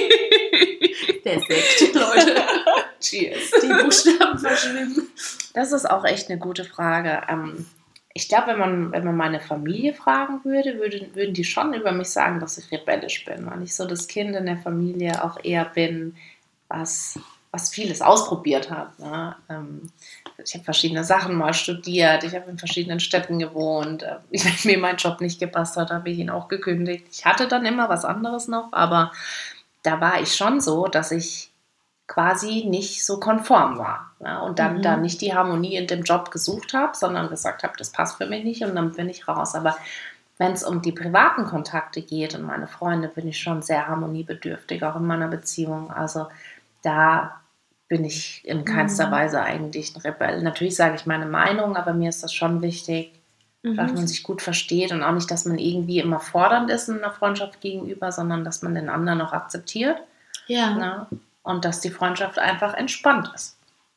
Der Sekt, Leute. Cheers. Die Buchstaben verschwimmen. Das ist auch echt eine gute Frage. Ähm, ich glaube, wenn man, wenn man meine Familie fragen würde, würde, würden die schon über mich sagen, dass ich rebellisch bin, weil ich so das Kind in der Familie auch eher bin, was, was vieles ausprobiert hat. Ne? Ähm, ich habe verschiedene Sachen mal studiert, ich habe in verschiedenen Städten gewohnt. Äh, Wenn mir mein Job nicht gepasst hat, habe ich ihn auch gekündigt. Ich hatte dann immer was anderes noch, aber da war ich schon so, dass ich quasi nicht so konform war. Ja, und dann Mhm. da nicht die Harmonie in dem Job gesucht habe, sondern gesagt habe, das passt für mich nicht und dann bin ich raus. Aber wenn es um die privaten Kontakte geht und meine Freunde, bin ich schon sehr harmoniebedürftig, auch in meiner Beziehung. Also da bin ich in keinster Mhm. Weise eigentlich ein Rebell. Natürlich sage ich meine Meinung, aber mir ist das schon wichtig, dass Mhm. man sich gut versteht und auch nicht, dass man irgendwie immer fordernd ist in einer Freundschaft gegenüber, sondern dass man den anderen auch akzeptiert. Ja. Ne? Und dass die Freundschaft einfach entspannt ist.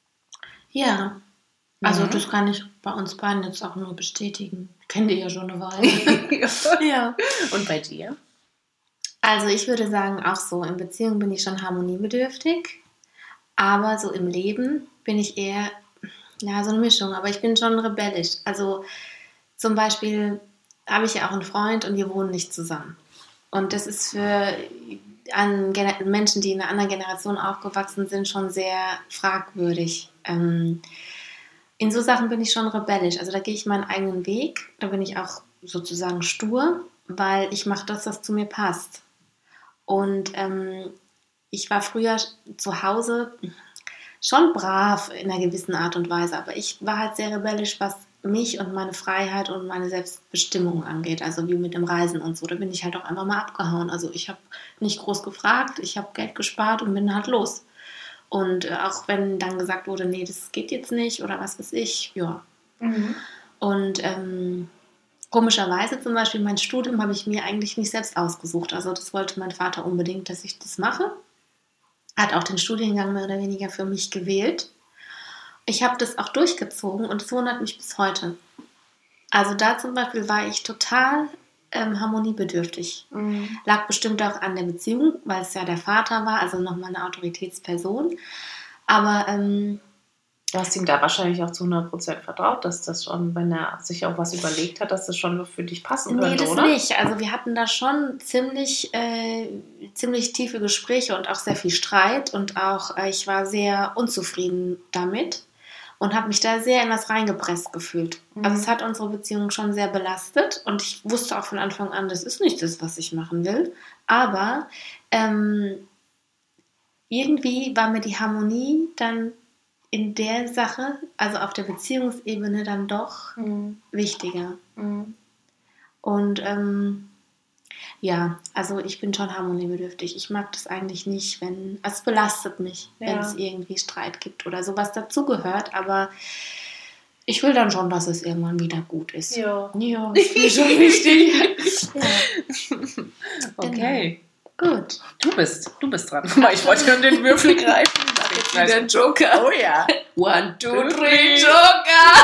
Ja. Also Mhm. das kann ich bei uns beiden jetzt auch nur bestätigen. Ich kenne die ja schon eine Weile. Ja. Und bei dir? Also ich würde sagen, auch so, in Beziehung bin ich schon harmoniebedürftig, aber so im Leben bin ich eher, ja, so eine Mischung, aber ich bin schon rebellisch. Also zum Beispiel habe ich ja auch einen Freund und wir wohnen nicht zusammen. Und das ist für an Gener- Menschen, die in einer anderen Generation aufgewachsen sind, schon sehr fragwürdig. Ähm, in so Sachen bin ich schon rebellisch. Also da gehe ich meinen eigenen Weg. Da bin ich auch sozusagen stur, weil ich mache das, was zu mir passt. Und ähm, ich war früher zu Hause schon brav in einer gewissen Art und Weise, aber ich war halt sehr rebellisch, was mich und meine Freiheit und meine Selbstbestimmung angeht, also wie mit dem Reisen und so. Da bin ich halt auch einfach mal abgehauen. Also ich habe nicht groß gefragt, ich habe Geld gespart und bin halt los. Und äh, auch wenn dann gesagt wurde, nee, das geht jetzt nicht oder was weiß ich, ja. Mhm. Und ähm, komischerweise zum Beispiel mein Studium habe ich mir eigentlich nicht selbst ausgesucht. Also das wollte mein Vater unbedingt, dass ich das mache. hat auch den Studiengang mehr oder weniger für mich gewählt. Ich habe das auch durchgezogen und es wundert mich bis heute. Also da zum Beispiel war ich total ähm, harmoniebedürftig. Mhm. Lag bestimmt auch an der Beziehung, weil es ja der Vater war, also nochmal eine Autoritätsperson. Aber ähm, du hast ihm da wahrscheinlich auch zu hundert Prozent vertraut, dass das schon, wenn er sich auch was überlegt hat, dass das schon für dich passen könnte, nee, das oder? nicht. Also wir hatten da schon ziemlich, äh, ziemlich tiefe Gespräche und auch sehr viel Streit. Und auch äh, ich war sehr unzufrieden damit. Und habe mich da sehr in was reingepresst gefühlt. Mhm. Also es hat unsere Beziehung schon sehr belastet und ich wusste auch von Anfang an, das ist nicht das, was ich machen will. Aber ähm, irgendwie war mir die Harmonie dann in der Sache, also auf der Beziehungsebene dann doch mhm. wichtiger. Mhm. Und ähm, ja, also ich bin schon harmoniebedürftig. Ich mag das eigentlich nicht, wenn, es belastet mich, ja. wenn es irgendwie Streit gibt oder sowas dazugehört, aber ich will dann schon, dass es irgendwann wieder gut ist. Ja. Ja, das ist mir schon wichtig. Ja. Okay. Genau. Gut. Du bist, du bist dran. Guck mal, ich wollte in den Würfel greifen. Jetzt wieder ein Joker. Oh ja. One, two, three, Joker.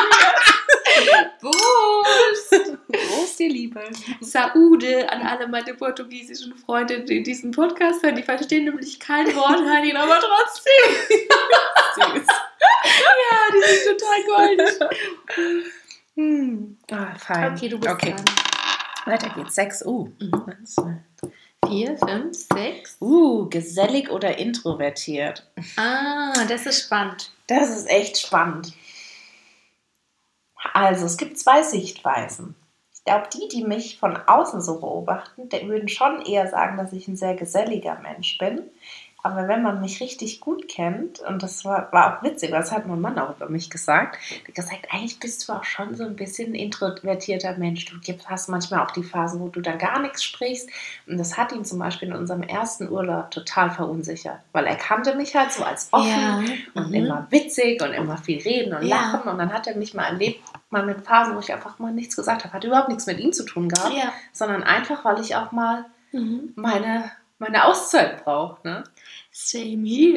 Prost! Prost, ihr Liebe. Saúde an alle meine portugiesischen Freunde, die diesen Podcast hören. Die verstehen nämlich kein Wort, Heidi, aber trotzdem. Süß. Ja, die sind total goldig. Hm. Ah, fein. Okay, du bist okay. dran. Weiter geht's. Sechs. Uh. Mhm. Vier, fünf, sechs. Uh, gesellig oder introvertiert? Ah, das ist spannend. Das ist echt spannend. Also, es gibt zwei Sichtweisen. Ich glaube, die, die mich von außen so beobachten, die würden schon eher sagen, dass ich ein sehr geselliger Mensch bin. Aber wenn man mich richtig gut kennt, und das war, war auch witzig, das hat mein Mann auch über mich gesagt, der hat gesagt, eigentlich bist du auch schon so ein bisschen ein introvertierter Mensch. Du hast manchmal auch die Phasen, wo du dann gar nichts sprichst. Und das hat ihn zum Beispiel in unserem ersten Urlaub total verunsichert, weil er kannte mich halt so als offen ja. und mhm. immer witzig und immer viel reden und ja. lachen. Und dann hat er mich mal erlebt, mal mit Phasen, wo ich einfach mal nichts gesagt habe. Hat überhaupt nichts mit ihm zu tun gehabt, ja. sondern einfach, weil ich auch mal mhm. meine, meine Auszeit brauche, ne? Same here.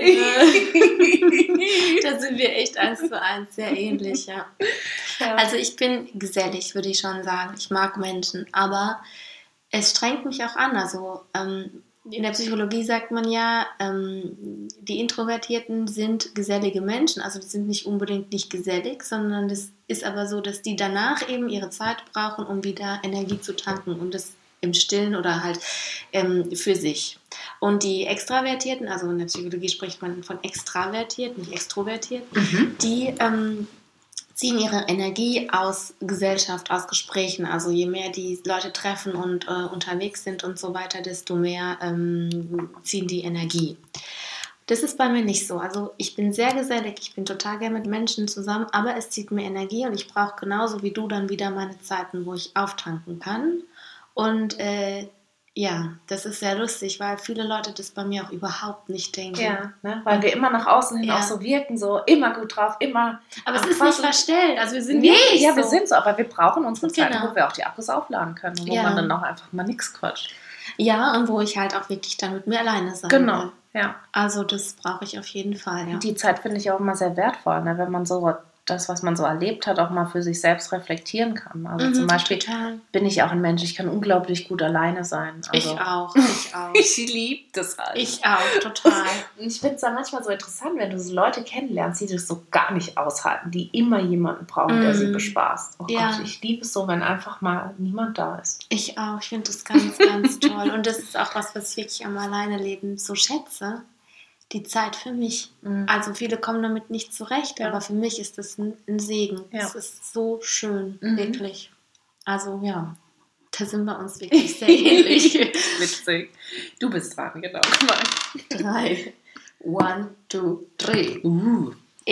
Da sind wir echt eins zu eins sehr ähnlich, ja. ja. Also ich bin gesellig, würde ich schon sagen. Ich mag Menschen, aber es strengt mich auch an. Also ähm, in der Psychologie sagt man ja, ähm, die Introvertierten sind gesellige Menschen. Also die sind nicht unbedingt nicht gesellig, sondern das ist aber so, dass die danach eben ihre Zeit brauchen, um wieder Energie zu tanken und das im Stillen oder halt ähm, für sich. Und die Extravertierten, also in der Psychologie spricht man von extravertiert, nicht extrovertiert, mhm. die ähm, ziehen ihre Energie aus Gesellschaft, aus Gesprächen. Also je mehr die Leute treffen und äh, unterwegs sind und so weiter, desto mehr ähm, ziehen die Energie. Das ist bei mir nicht so. Also ich bin sehr gesellig, ich bin total gerne mit Menschen zusammen, aber es zieht mir Energie und ich brauche genauso wie du dann wieder meine Zeiten, wo ich auftanken kann. Und äh, ja, das ist sehr lustig, weil viele Leute das bei mir auch überhaupt nicht denken. Ja, ne? Weil wir immer nach außen hin ja. auch so wirken, so immer gut drauf, immer. Aber es ist nicht verstellt, also wir sind nee, nicht ja, so. wir sind so, aber wir brauchen unsere Zeit, genau. wo wir auch die Akkus aufladen können und wo ja. man dann auch einfach mal nichts quatscht. Ja, und wo ich halt auch wirklich dann mit mir alleine sein genau. will. Ja. Also das brauche ich auf jeden Fall, ja. Die Zeit finde ich auch immer sehr wertvoll, ne? Wenn man so das, was man so erlebt hat, auch mal für sich selbst reflektieren kann. Also mhm, zum Beispiel total. bin ich auch ein Mensch, ich kann unglaublich gut alleine sein. Also ich auch, ich auch. ich liebe das halt. Ich auch, total. Und ich finde es dann manchmal so interessant, wenn du so Leute kennenlernst, die das so gar nicht aushalten, die immer jemanden brauchen, mm. der sie bespaßt. Oh ja. Gott, ich liebe es so, wenn einfach mal niemand da ist. Ich auch, ich finde das ganz, ganz toll. Und das ist auch was, was ich wirklich am Alleineleben so schätze. Die Zeit für mich. Mhm. Also viele kommen damit nicht zurecht, ja. aber für mich ist das ein, ein Segen. Es ja. ist so schön, mhm. wirklich. Also ja, da sind wir uns wirklich sehr ähnlich. Witzig. Du bist dran, genau. Guck mal. Drei. One, two, three. Uh.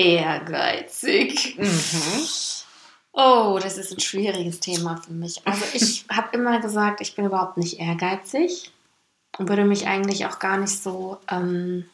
Ehrgeizig. Mhm. Oh, das ist ein schwieriges Thema für mich. Also ich habe immer gesagt, ich bin überhaupt nicht ehrgeizig und würde mich eigentlich auch gar nicht so ähm,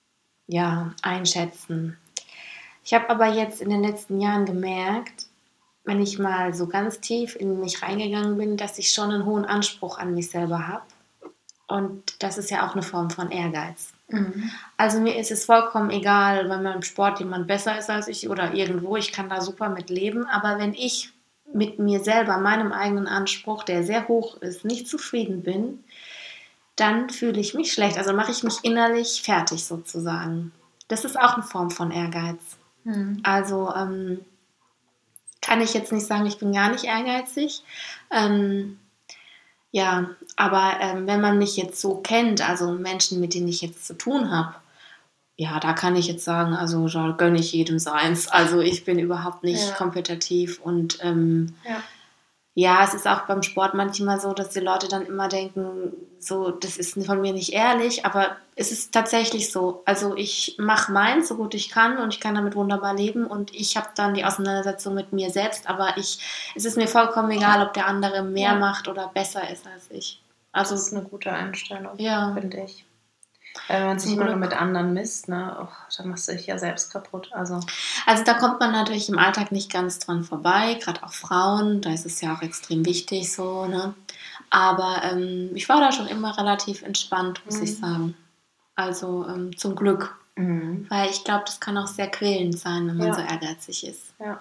ja, einschätzen. Ich habe aber jetzt in den letzten Jahren gemerkt, wenn ich mal so ganz tief in mich reingegangen bin, dass ich schon einen hohen Anspruch an mich selber habe. Und das ist ja auch eine Form von Ehrgeiz. Mhm. Also mir ist es vollkommen egal, wenn beim Sport jemand besser ist als ich oder irgendwo, ich kann da super mit leben, aber wenn ich mit mir selber, meinem eigenen Anspruch, der sehr hoch ist, nicht zufrieden bin, dann fühle ich mich schlecht. Also mache ich mich innerlich fertig sozusagen. Das ist auch eine Form von Ehrgeiz. Mhm. Also ähm, kann ich jetzt nicht sagen, ich bin gar nicht ehrgeizig. Ähm, ja, aber ähm, wenn man mich jetzt so kennt, also Menschen, mit denen ich jetzt zu tun habe, ja, da kann ich jetzt sagen, also da gönne ich jedem seins. Also ich bin überhaupt nicht ja. kompetitiv und ähm, ja. ja, es ist auch beim Sport manchmal so, dass die Leute dann immer denken, so, das ist von mir nicht ehrlich, aber es ist tatsächlich so. Also ich mache meins, so gut ich kann und ich kann damit wunderbar leben und ich habe dann die Auseinandersetzung mit mir selbst, aber ich, es ist mir vollkommen egal, ob der andere mehr ja. macht oder besser ist als ich. Also, das ist eine gute Einstellung, ja. finde ich. Wenn man sich immer nur mit anderen misst, ne, oh, dann machst du dich ja selbst kaputt. Also. also da kommt man natürlich im Alltag nicht ganz dran vorbei, gerade auch Frauen, da ist es ja auch extrem wichtig so, ne? Aber ähm, ich war da schon immer relativ entspannt, muss mhm. ich sagen. Also ähm, zum Glück. Mhm. Weil ich glaube, das kann auch sehr quälend sein, wenn man ja. so ehrgeizig ist. Ja.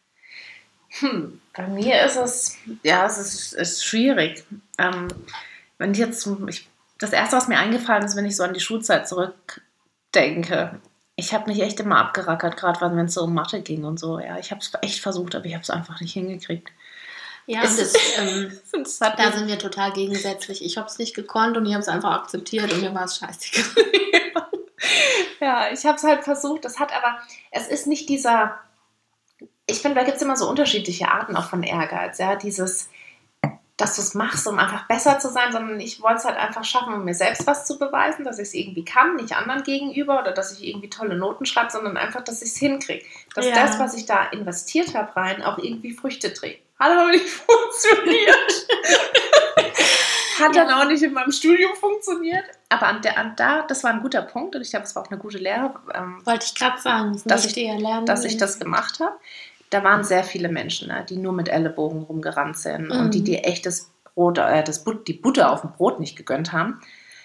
Hm, bei mir ist es, ja, es ist, ist schwierig. Ähm, wenn ich jetzt, ich Das Erste, was mir eingefallen ist, wenn ich so an die Schulzeit zurückdenke, ich habe mich echt immer abgerackert, gerade wenn es so um Mathe ging und so. Ja, ich habe es echt versucht, aber ich habe es einfach nicht hingekriegt. Ja, das, das, ähm, das hat da sind wir total gegensätzlich. Ich habe es nicht gekonnt und ich habe es einfach akzeptiert und mir war es scheißegal. Ja, ich habe es halt versucht. Das hat aber, es ist nicht dieser, ich finde, da gibt es immer so unterschiedliche Arten auch von Ehrgeiz. Ja, dieses, dass du es machst, um einfach besser zu sein, sondern ich wollte es halt einfach schaffen, um mir selbst was zu beweisen, dass ich es irgendwie kann, nicht anderen gegenüber oder dass ich irgendwie tolle Noten schreibe, sondern einfach, dass ich es hinkriege. Dass ja. das, was ich da investiert habe rein, auch irgendwie Früchte trägt. Hat aber nicht funktioniert. Hat ja. dann auch nicht in meinem Studium funktioniert. Aber an der, an da, das war ein guter Punkt und ich glaube, es war auch eine gute Lehre. Ähm, Wollte ich gerade sagen, dass, ich, dass ich das gemacht habe. Da waren sehr viele Menschen, ne, die nur mit Ellenbogen rumgerannt sind mhm. und die dir echt das Brot, äh, das But, die Butter auf dem Brot nicht gegönnt haben.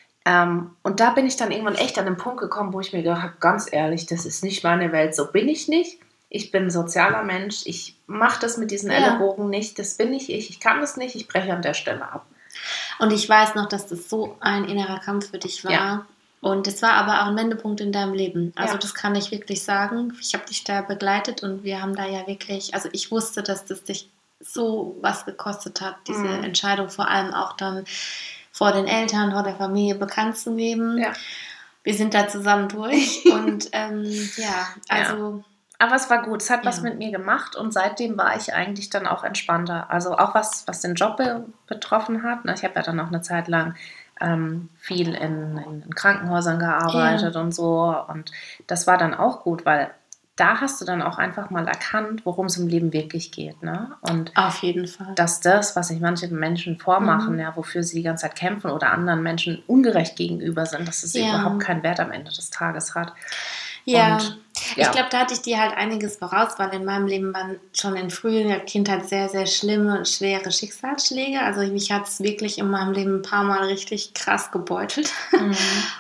Ähm, und da bin ich dann irgendwann echt an den Punkt gekommen, wo ich mir gedacht habe, ganz ehrlich, das ist nicht meine Welt, so bin ich nicht. Ich bin ein sozialer Mensch, ich mache das mit diesen ja. Ellenbogen nicht, das bin nicht ich, ich kann das nicht, ich breche an der Stelle ab. Und ich weiß noch, dass das so ein innerer Kampf für dich war. Ja. Und es war aber auch ein Wendepunkt in deinem Leben. Also ja. das kann ich wirklich sagen. Ich habe dich da begleitet und wir haben da ja wirklich, also ich wusste, dass das dich so was gekostet hat, diese mhm. Entscheidung vor allem auch dann vor den Eltern, vor der Familie bekannt zu geben. Ja. Wir sind da zusammen durch und ähm, ja, also... Ja. Aber es war gut, es hat ja. was mit mir gemacht und seitdem war ich eigentlich dann auch entspannter. Also auch was, was den Job be- betroffen hat. Ich habe ja dann auch eine Zeit lang ähm, viel in, in Krankenhäusern gearbeitet ja. und so. Und das war dann auch gut, weil da hast du dann auch einfach mal erkannt, worum es im Leben wirklich geht. Ne? Und auf jeden Fall. Dass das, was sich manche Menschen vormachen, mhm. ja, wofür sie die ganze Zeit kämpfen oder anderen Menschen ungerecht gegenüber sind, dass es ja. überhaupt keinen Wert am Ende des Tages hat. Ja, und, ja. ich glaube, da hatte ich dir halt einiges voraus, weil in meinem Leben waren schon in früher Kindheit sehr, sehr schlimme und schwere Schicksalsschläge. Also mich hat es wirklich in meinem Leben ein paar Mal richtig krass gebeutelt. Mhm.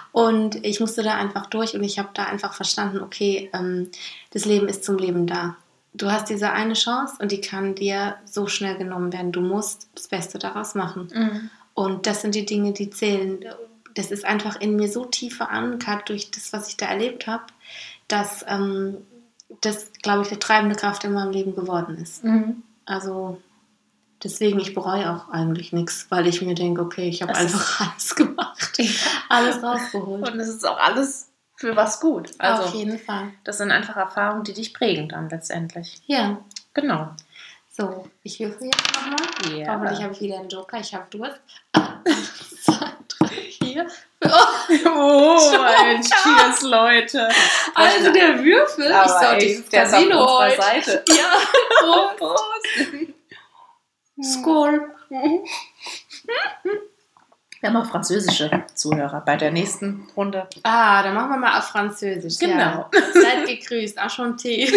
Und ich musste da einfach durch und ich habe da einfach verstanden, okay, ähm, das Leben ist zum Leben da. Du hast diese eine Chance und die kann dir so schnell genommen werden. Du musst das Beste daraus machen. Mhm. Und das sind die Dinge, die zählen. Das ist einfach in mir so tief verankert durch das, was ich da erlebt habe, dass ähm, das, glaube ich, die treibende Kraft in meinem Leben geworden ist. Mhm. Also deswegen, ich bereue auch eigentlich nichts, weil ich mir denke, okay, ich habe einfach alles gemacht, alles rausgeholt. Und es ist auch alles für was gut. Also, auf jeden Fall. Das sind einfach Erfahrungen, die dich prägen dann letztendlich. Ja. Genau. So, ich würfel jetzt nochmal. Ja. Hoffentlich habe ich wieder einen Joker. Ich habe Durst. Eins, zwei, drei, vier. Oh, oh ein Cheers, Leute. Also der Würfel, aber ich sag echt, der ist auf unserer Seite. Ja, Prost. Skål. Wir haben auch französische Zuhörer bei der nächsten Runde. Ah, dann machen wir mal auf Französisch. Genau. Ja. Seid gegrüßt, enchanté.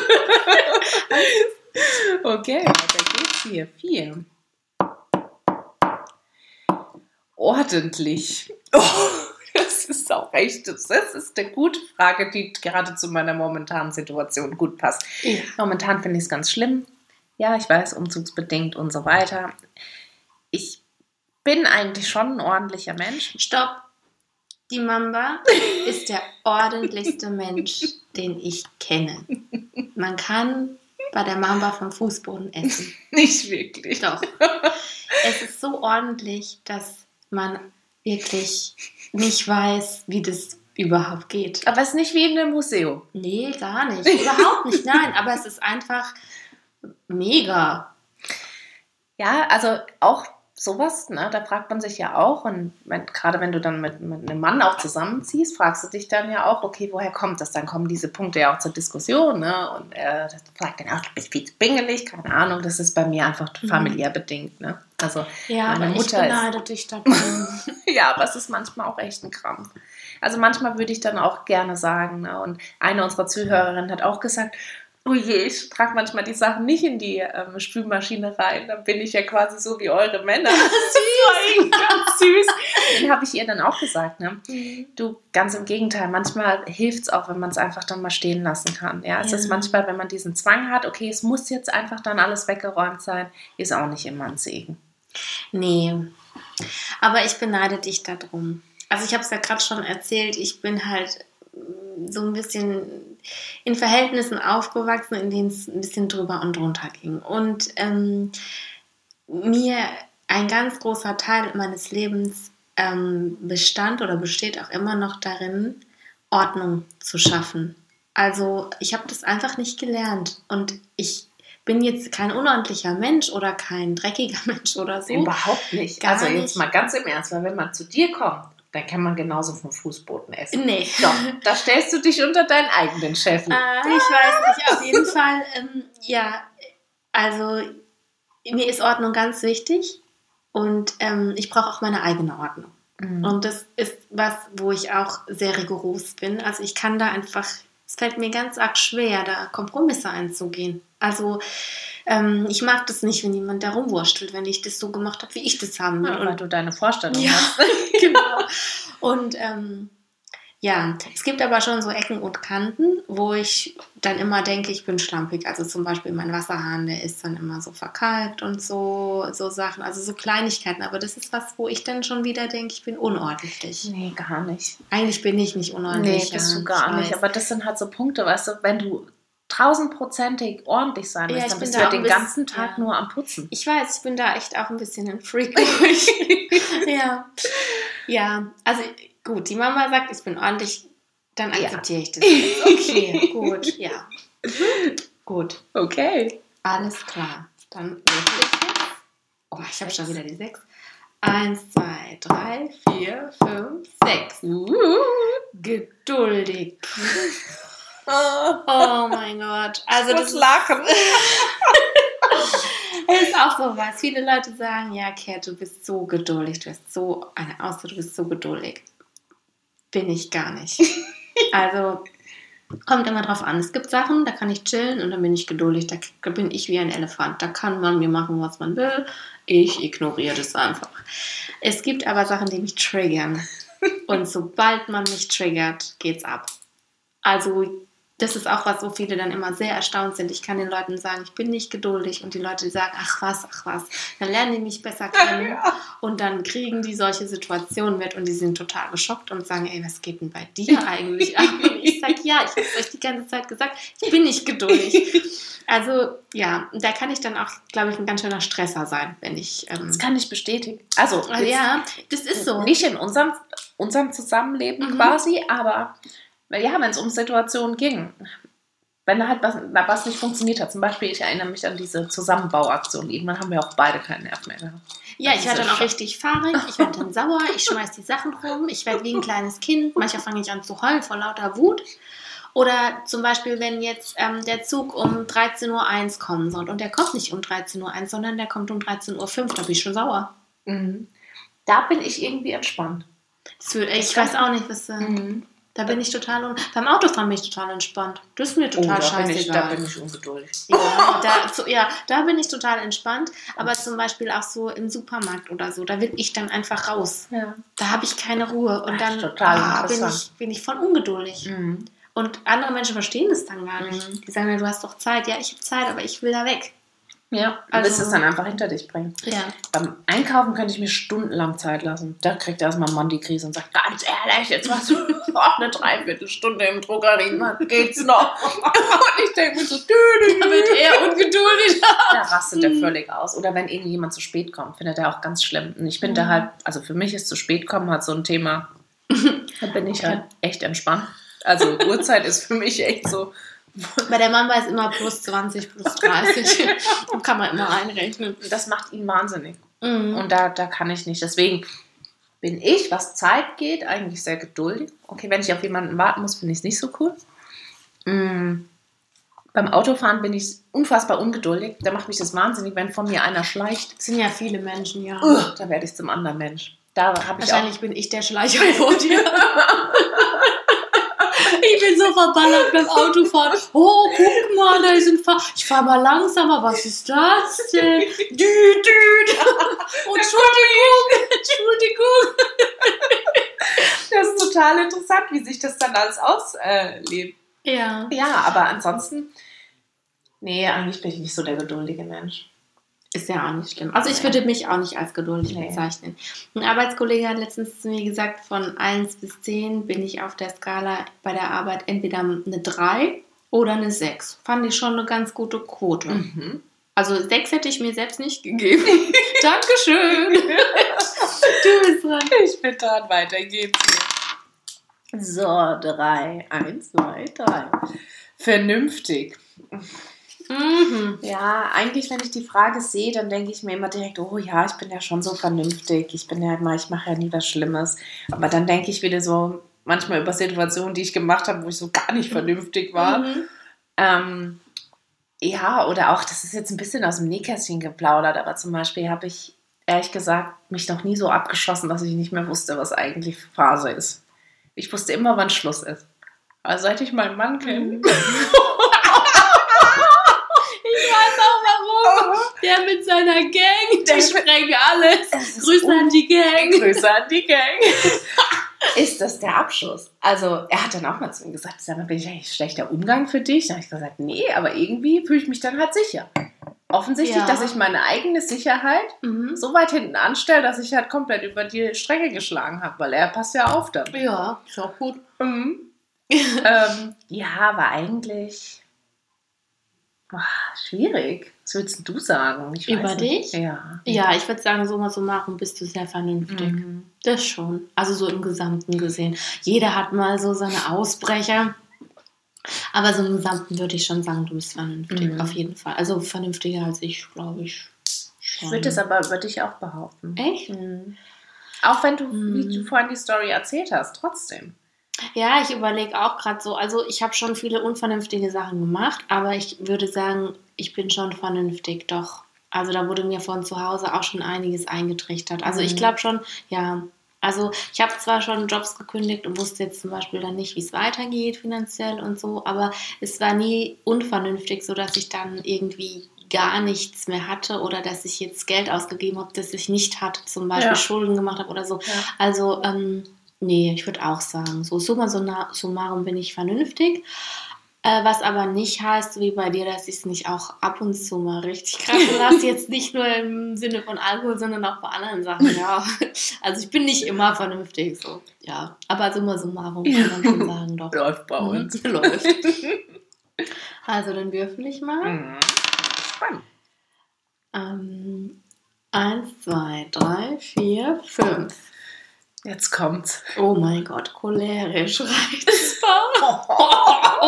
Okay, weiter geht's hier. Vier. Ordentlich. Oh, Das ist auch echt, das ist eine gute Frage, die gerade zu meiner momentanen Situation gut passt. Ja. Momentan finde ich es ganz schlimm. Ja, ich weiß, umzugsbedingt und so weiter. Ich bin eigentlich schon ein ordentlicher Mensch. Stopp! Die Mamba ist der ordentlichste Mensch, den ich kenne. Man kann bei der Mamba vom Fußboden essen. Nicht wirklich. Doch. Es ist so ordentlich, dass man wirklich nicht weiß, wie das überhaupt geht. Aber es ist nicht wie in einem Museum. Nee, gar nicht. Überhaupt nicht. Nein, aber es ist einfach mega. Ja, also auch sowas, ne, da fragt man sich ja auch, und wenn, gerade wenn du dann mit, mit einem Mann auch zusammenziehst, fragst du dich dann ja auch, okay, woher kommt das? Dann kommen diese Punkte ja auch zur Diskussion, ne? Und er äh, fragt dann auch, du bist viel zu pingelig, keine Ahnung, das ist bei mir einfach familiär mhm. bedingt, ne? Also ja, meine aber Mutter ich beneide ist, dich daran. Ja, aber es ist manchmal auch echt ein Krampf. Also manchmal würde ich dann auch gerne sagen, ne? Und eine unserer Zuhörerinnen hat auch gesagt, oh je, ich trage manchmal die Sachen nicht in die ähm, Spülmaschine rein. Dann bin ich ja quasi so wie eure Männer. Das ist ganz süß. Den habe ich ihr dann auch gesagt. Ne? Mhm. Du, ganz im Gegenteil. Manchmal hilft es auch, wenn man es einfach dann mal stehen lassen kann. Ja, es ja. ist manchmal, wenn man diesen Zwang hat, okay, es muss jetzt einfach dann alles weggeräumt sein, ist auch nicht immer ein Segen. Nee, aber ich beneide dich darum. Also ich habe es ja gerade schon erzählt, ich bin halt so ein bisschen in Verhältnissen aufgewachsen, in denen es ein bisschen drüber und drunter ging. Und ähm, mir ein ganz großer Teil meines Lebens ähm, bestand oder besteht auch immer noch darin, Ordnung zu schaffen. Also ich habe das einfach nicht gelernt. Und ich bin jetzt kein unordentlicher Mensch oder kein dreckiger Mensch oder so. Überhaupt nicht. Gar also nicht. Jetzt mal ganz im Ernst, weil wenn man zu dir kommt, dann kann man genauso vom Fußboden essen. Nee. Doch, da stellst du dich unter deinen eigenen Chef. Ah, ich weiß nicht, auf jeden Fall, ähm, ja, also mir ist Ordnung ganz wichtig und ähm, ich brauche auch meine eigene Ordnung. Mhm. Und das ist was, wo ich auch sehr rigoros bin. Also ich kann da einfach, es fällt mir ganz arg schwer, da Kompromisse einzugehen. Also ähm, ich mag das nicht, wenn jemand da rumwurschtelt, wenn ich das so gemacht habe, wie ich das haben will. Ja, weil du deine Vorstellung ja, hast. Genau. Und ähm, ja, es gibt aber schon so Ecken und Kanten, wo ich dann immer denke, ich bin schlampig. Also zum Beispiel mein Wasserhahn, der ist dann immer so verkalkt und so, so Sachen, also so Kleinigkeiten. Aber das ist was, wo ich dann schon wieder denke, ich bin unordentlich. Nee, gar nicht. Eigentlich bin ich nicht unordentlich. Nee, bist du gar nicht. Aber das sind halt so Punkte, weißt du, wenn du tausendprozentig ordentlich sein willst, ja, dann bist du ja den bisschen, ganzen Tag ja. nur am Putzen. Ich weiß, ich bin da echt auch ein bisschen ein Freak. ja. Ja, also gut, die Mama sagt, ich bin ordentlich, dann akzeptiere ja. ich das jetzt. Okay, gut, ja. Gut. Okay. Alles klar. Dann würfel ich jetzt. Oh, ich habe schon wieder die sechs. Eins, zwei, drei, vier, fünf, sechs. Uh, geduldig. Oh mein Gott. Also das Lachen. Das ist auch so was. Viele Leute sagen, ja, Kat, du bist so geduldig. Du hast so eine Ausdruck, du bist so geduldig. Bin ich gar nicht. Also kommt immer drauf an. Es gibt Sachen, da kann ich chillen und dann bin ich geduldig. Da bin ich wie ein Elefant. Da kann man mir machen, was man will. Ich ignoriere das einfach. Es gibt aber Sachen, die mich triggern. Und sobald man mich triggert, geht's ab. Also das ist auch was, wo viele dann immer sehr erstaunt sind. Ich kann den Leuten sagen, ich bin nicht geduldig und die Leute die sagen, ach was, ach was. Dann lernen die mich besser kennen ja. und dann kriegen die solche Situationen mit und die sind total geschockt und sagen, ey, was geht denn bei dir eigentlich ab? Und ich sage, ja, ich habe es euch die ganze Zeit gesagt, ich bin nicht geduldig. Also ja, da kann ich dann auch, glaube ich, ein ganz schöner Stresser sein, wenn ich... Ähm, das kann ich bestätigen. Also, also ja, das ist so. Nicht in unserem, unserem Zusammenleben mhm. quasi, aber... Ja, wenn es um Situationen ging, wenn da halt was, was nicht funktioniert hat. Zum Beispiel, ich erinnere mich an diese Zusammenbauaktion. Irgendwann haben wir auch beide keinen Nerv mehr gehabt. Ja, ich werde dann auch richtig fahrig, ich werde dann sauer, ich schmeiß die Sachen rum, ich werde wie ein kleines Kind. Manchmal fange ich an zu heulen vor lauter Wut. Oder zum Beispiel, wenn jetzt ähm, der Zug um dreizehn Uhr eins kommen soll und der kommt nicht um dreizehn Uhr eins, sondern der kommt um dreizehn Uhr fünf, da bin ich schon sauer. Mhm. Da bin ich irgendwie entspannt. Das wird, ich weiß auch nicht, was... Äh, mhm. Da bin ich total, un beim Autofahren bin ich total entspannt. Das ist mir total oh, da bin ich, da scheißegal. bin ich ungeduldig. Ja, da, so, ja, da bin ich total entspannt. Aber zum Beispiel auch so im Supermarkt oder so, da will ich dann einfach raus. Ja. Da habe ich keine Ruhe. Und Ach, dann total ah, bin, interessant. ich, bin ich voll ungeduldig. Mhm. Und andere Menschen verstehen das dann gar nicht. Mhm. Die sagen dann, du hast doch Zeit. Ja, ich habe Zeit, aber ich will da weg. Ja, du Also- willst es dann einfach hinter dich bringen. Ja. Beim Einkaufen könnte ich mir stundenlang Zeit lassen. Da kriegt erstmal ein Mann die Krise und sagt, ganz ehrlich, jetzt warst du auch eine Dreiviertelstunde im Drogeriemarkt, geht's noch? Und ich denke mir so, dü, dü, Da wird er ungeduldig. da rastet er völlig aus. Oder wenn irgendjemand zu spät kommt, findet er auch ganz schlimm. Und ich bin da halt, also für mich ist zu spät kommen halt so ein Thema, da bin ich halt echt entspannt. Also Uhrzeit ist für mich echt so, Bei der Mama ist immer plus zwanzig, plus dreißig. Kann man immer einrechnen. das macht ihn wahnsinnig. Mhm. Und da, da kann ich nicht. Deswegen bin ich, was Zeit geht, eigentlich sehr geduldig. Okay, wenn ich auf jemanden warten muss, finde ich es nicht so cool. Mm. Beim Autofahren bin ich unfassbar ungeduldig. Da macht mich das wahnsinnig, wenn von mir einer schleicht. Das sind ja viele Menschen, ja. Uh, da werde ich zum anderen Mensch. Da habe ich auch... Wahrscheinlich bin ich der Schleicher vor dir. Ich bin so verballert beim Autofahren. Oh, guck mal, da ist ein Fahr. Ich fahre mal langsamer. Was ist das denn? Dü, dü. Oh, Entschuldigung. Entschuldigung. Das ist total interessant, wie sich das dann alles auslebt. Ja. Ja, aber ansonsten... Nee, eigentlich bin ich nicht so der geduldige Mensch. Ist ja auch nicht schlimm. Also ich würde mich auch nicht als geduldig Nee. bezeichnen. Ein Arbeitskollege hat letztens zu mir gesagt, von eins bis zehn bin ich auf der Skala bei der Arbeit entweder eine drei oder eine sechs. Fand ich schon eine ganz gute Quote. Mhm. Also sechs hätte ich mir selbst nicht gegeben. Dankeschön. Du bist dran. Ich bin dran, weiter geht's mir. So, drei. Eins, zwei, drei. Vernünftig. Mhm. Ja, eigentlich, wenn ich die Frage sehe, dann denke ich mir immer direkt, oh ja, ich bin ja schon so vernünftig. Ich bin ja immer, ich mache ja nie was Schlimmes. Aber dann denke ich wieder so manchmal über Situationen, die ich gemacht habe, wo ich so gar nicht vernünftig war. Mhm. Ähm, ja, oder auch, das ist jetzt ein bisschen aus dem Nähkästchen geplaudert, aber zum Beispiel habe ich, ehrlich gesagt, mich noch nie so abgeschossen, dass ich nicht mehr wusste, was eigentlich Phase ist. Ich wusste immer, wann Schluss ist. Aber seit ich meinen Mann kenne... Ich weiß auch warum. Der mit seiner Gang, Der die sprengen alles. Grüße an die Gang. Grüße an die Gang. Ist das der Abschuss? Also, er hat dann auch mal zu mir gesagt, sag mal, bin ich eigentlich schlechter Umgang für dich? Da habe ich gesagt, nee, aber irgendwie fühle ich mich dann halt sicher. Offensichtlich, Ja. dass ich meine eigene Sicherheit Mhm. so weit hinten anstelle, dass ich halt komplett über die Strecke geschlagen habe, weil er passt ja auf dann. Ja, ist auch gut. Mhm. ähm, ja, aber eigentlich boah, schwierig. Was würdest du sagen? Ich Über weiß nicht. dich? Ja. Ja, ich würde sagen, summa summarum bist du sehr vernünftig. Mhm. Das schon. Also so im Gesamten gesehen. Jeder hat mal so seine Ausbrecher. Aber so im Gesamten würde ich schon sagen, du bist vernünftig. Mhm. Auf jeden Fall. Also vernünftiger als ich, glaube ich. Ich Schon. würde es aber über dich auch behaupten. Echt? Mhm. Auch wenn du, Mhm. wie du vorhin die Story erzählt hast, trotzdem. Ja, ich überlege auch gerade so, also ich habe schon viele unvernünftige Sachen gemacht, aber ich würde sagen, ich bin schon vernünftig, doch. Also da wurde mir von zu Hause auch schon einiges eingetrichtert. Also ich Mhm. glaube schon, ja, also ich habe zwar schon Jobs gekündigt und wusste jetzt zum Beispiel dann nicht, wie es weitergeht finanziell und so, aber es war nie unvernünftig, sodass ich dann irgendwie gar nichts mehr hatte oder dass ich jetzt Geld ausgegeben habe, das ich nicht hatte, zum Beispiel Ja. Schulden gemacht habe oder so. Ja. Also, ähm, nee, ich würde auch sagen, so summa summarum bin ich vernünftig. Äh, was aber nicht heißt, so wie bei dir, dass ich es nicht auch ab und zu mal richtig krachen lasse. Jetzt nicht nur im Sinne von Alkohol, sondern auch bei anderen Sachen, ja. Also ich bin nicht immer vernünftig, so, ja. Aber summa summarum kann man schon sagen, doch. Läuft bei Mhm, uns. läuft. Also dann würfel ich mal. Mhm. Spannend. Ähm, eins, zwei, drei, vier, fünf. Jetzt kommt's. Oh mein Gott, cholerisch, reizbar.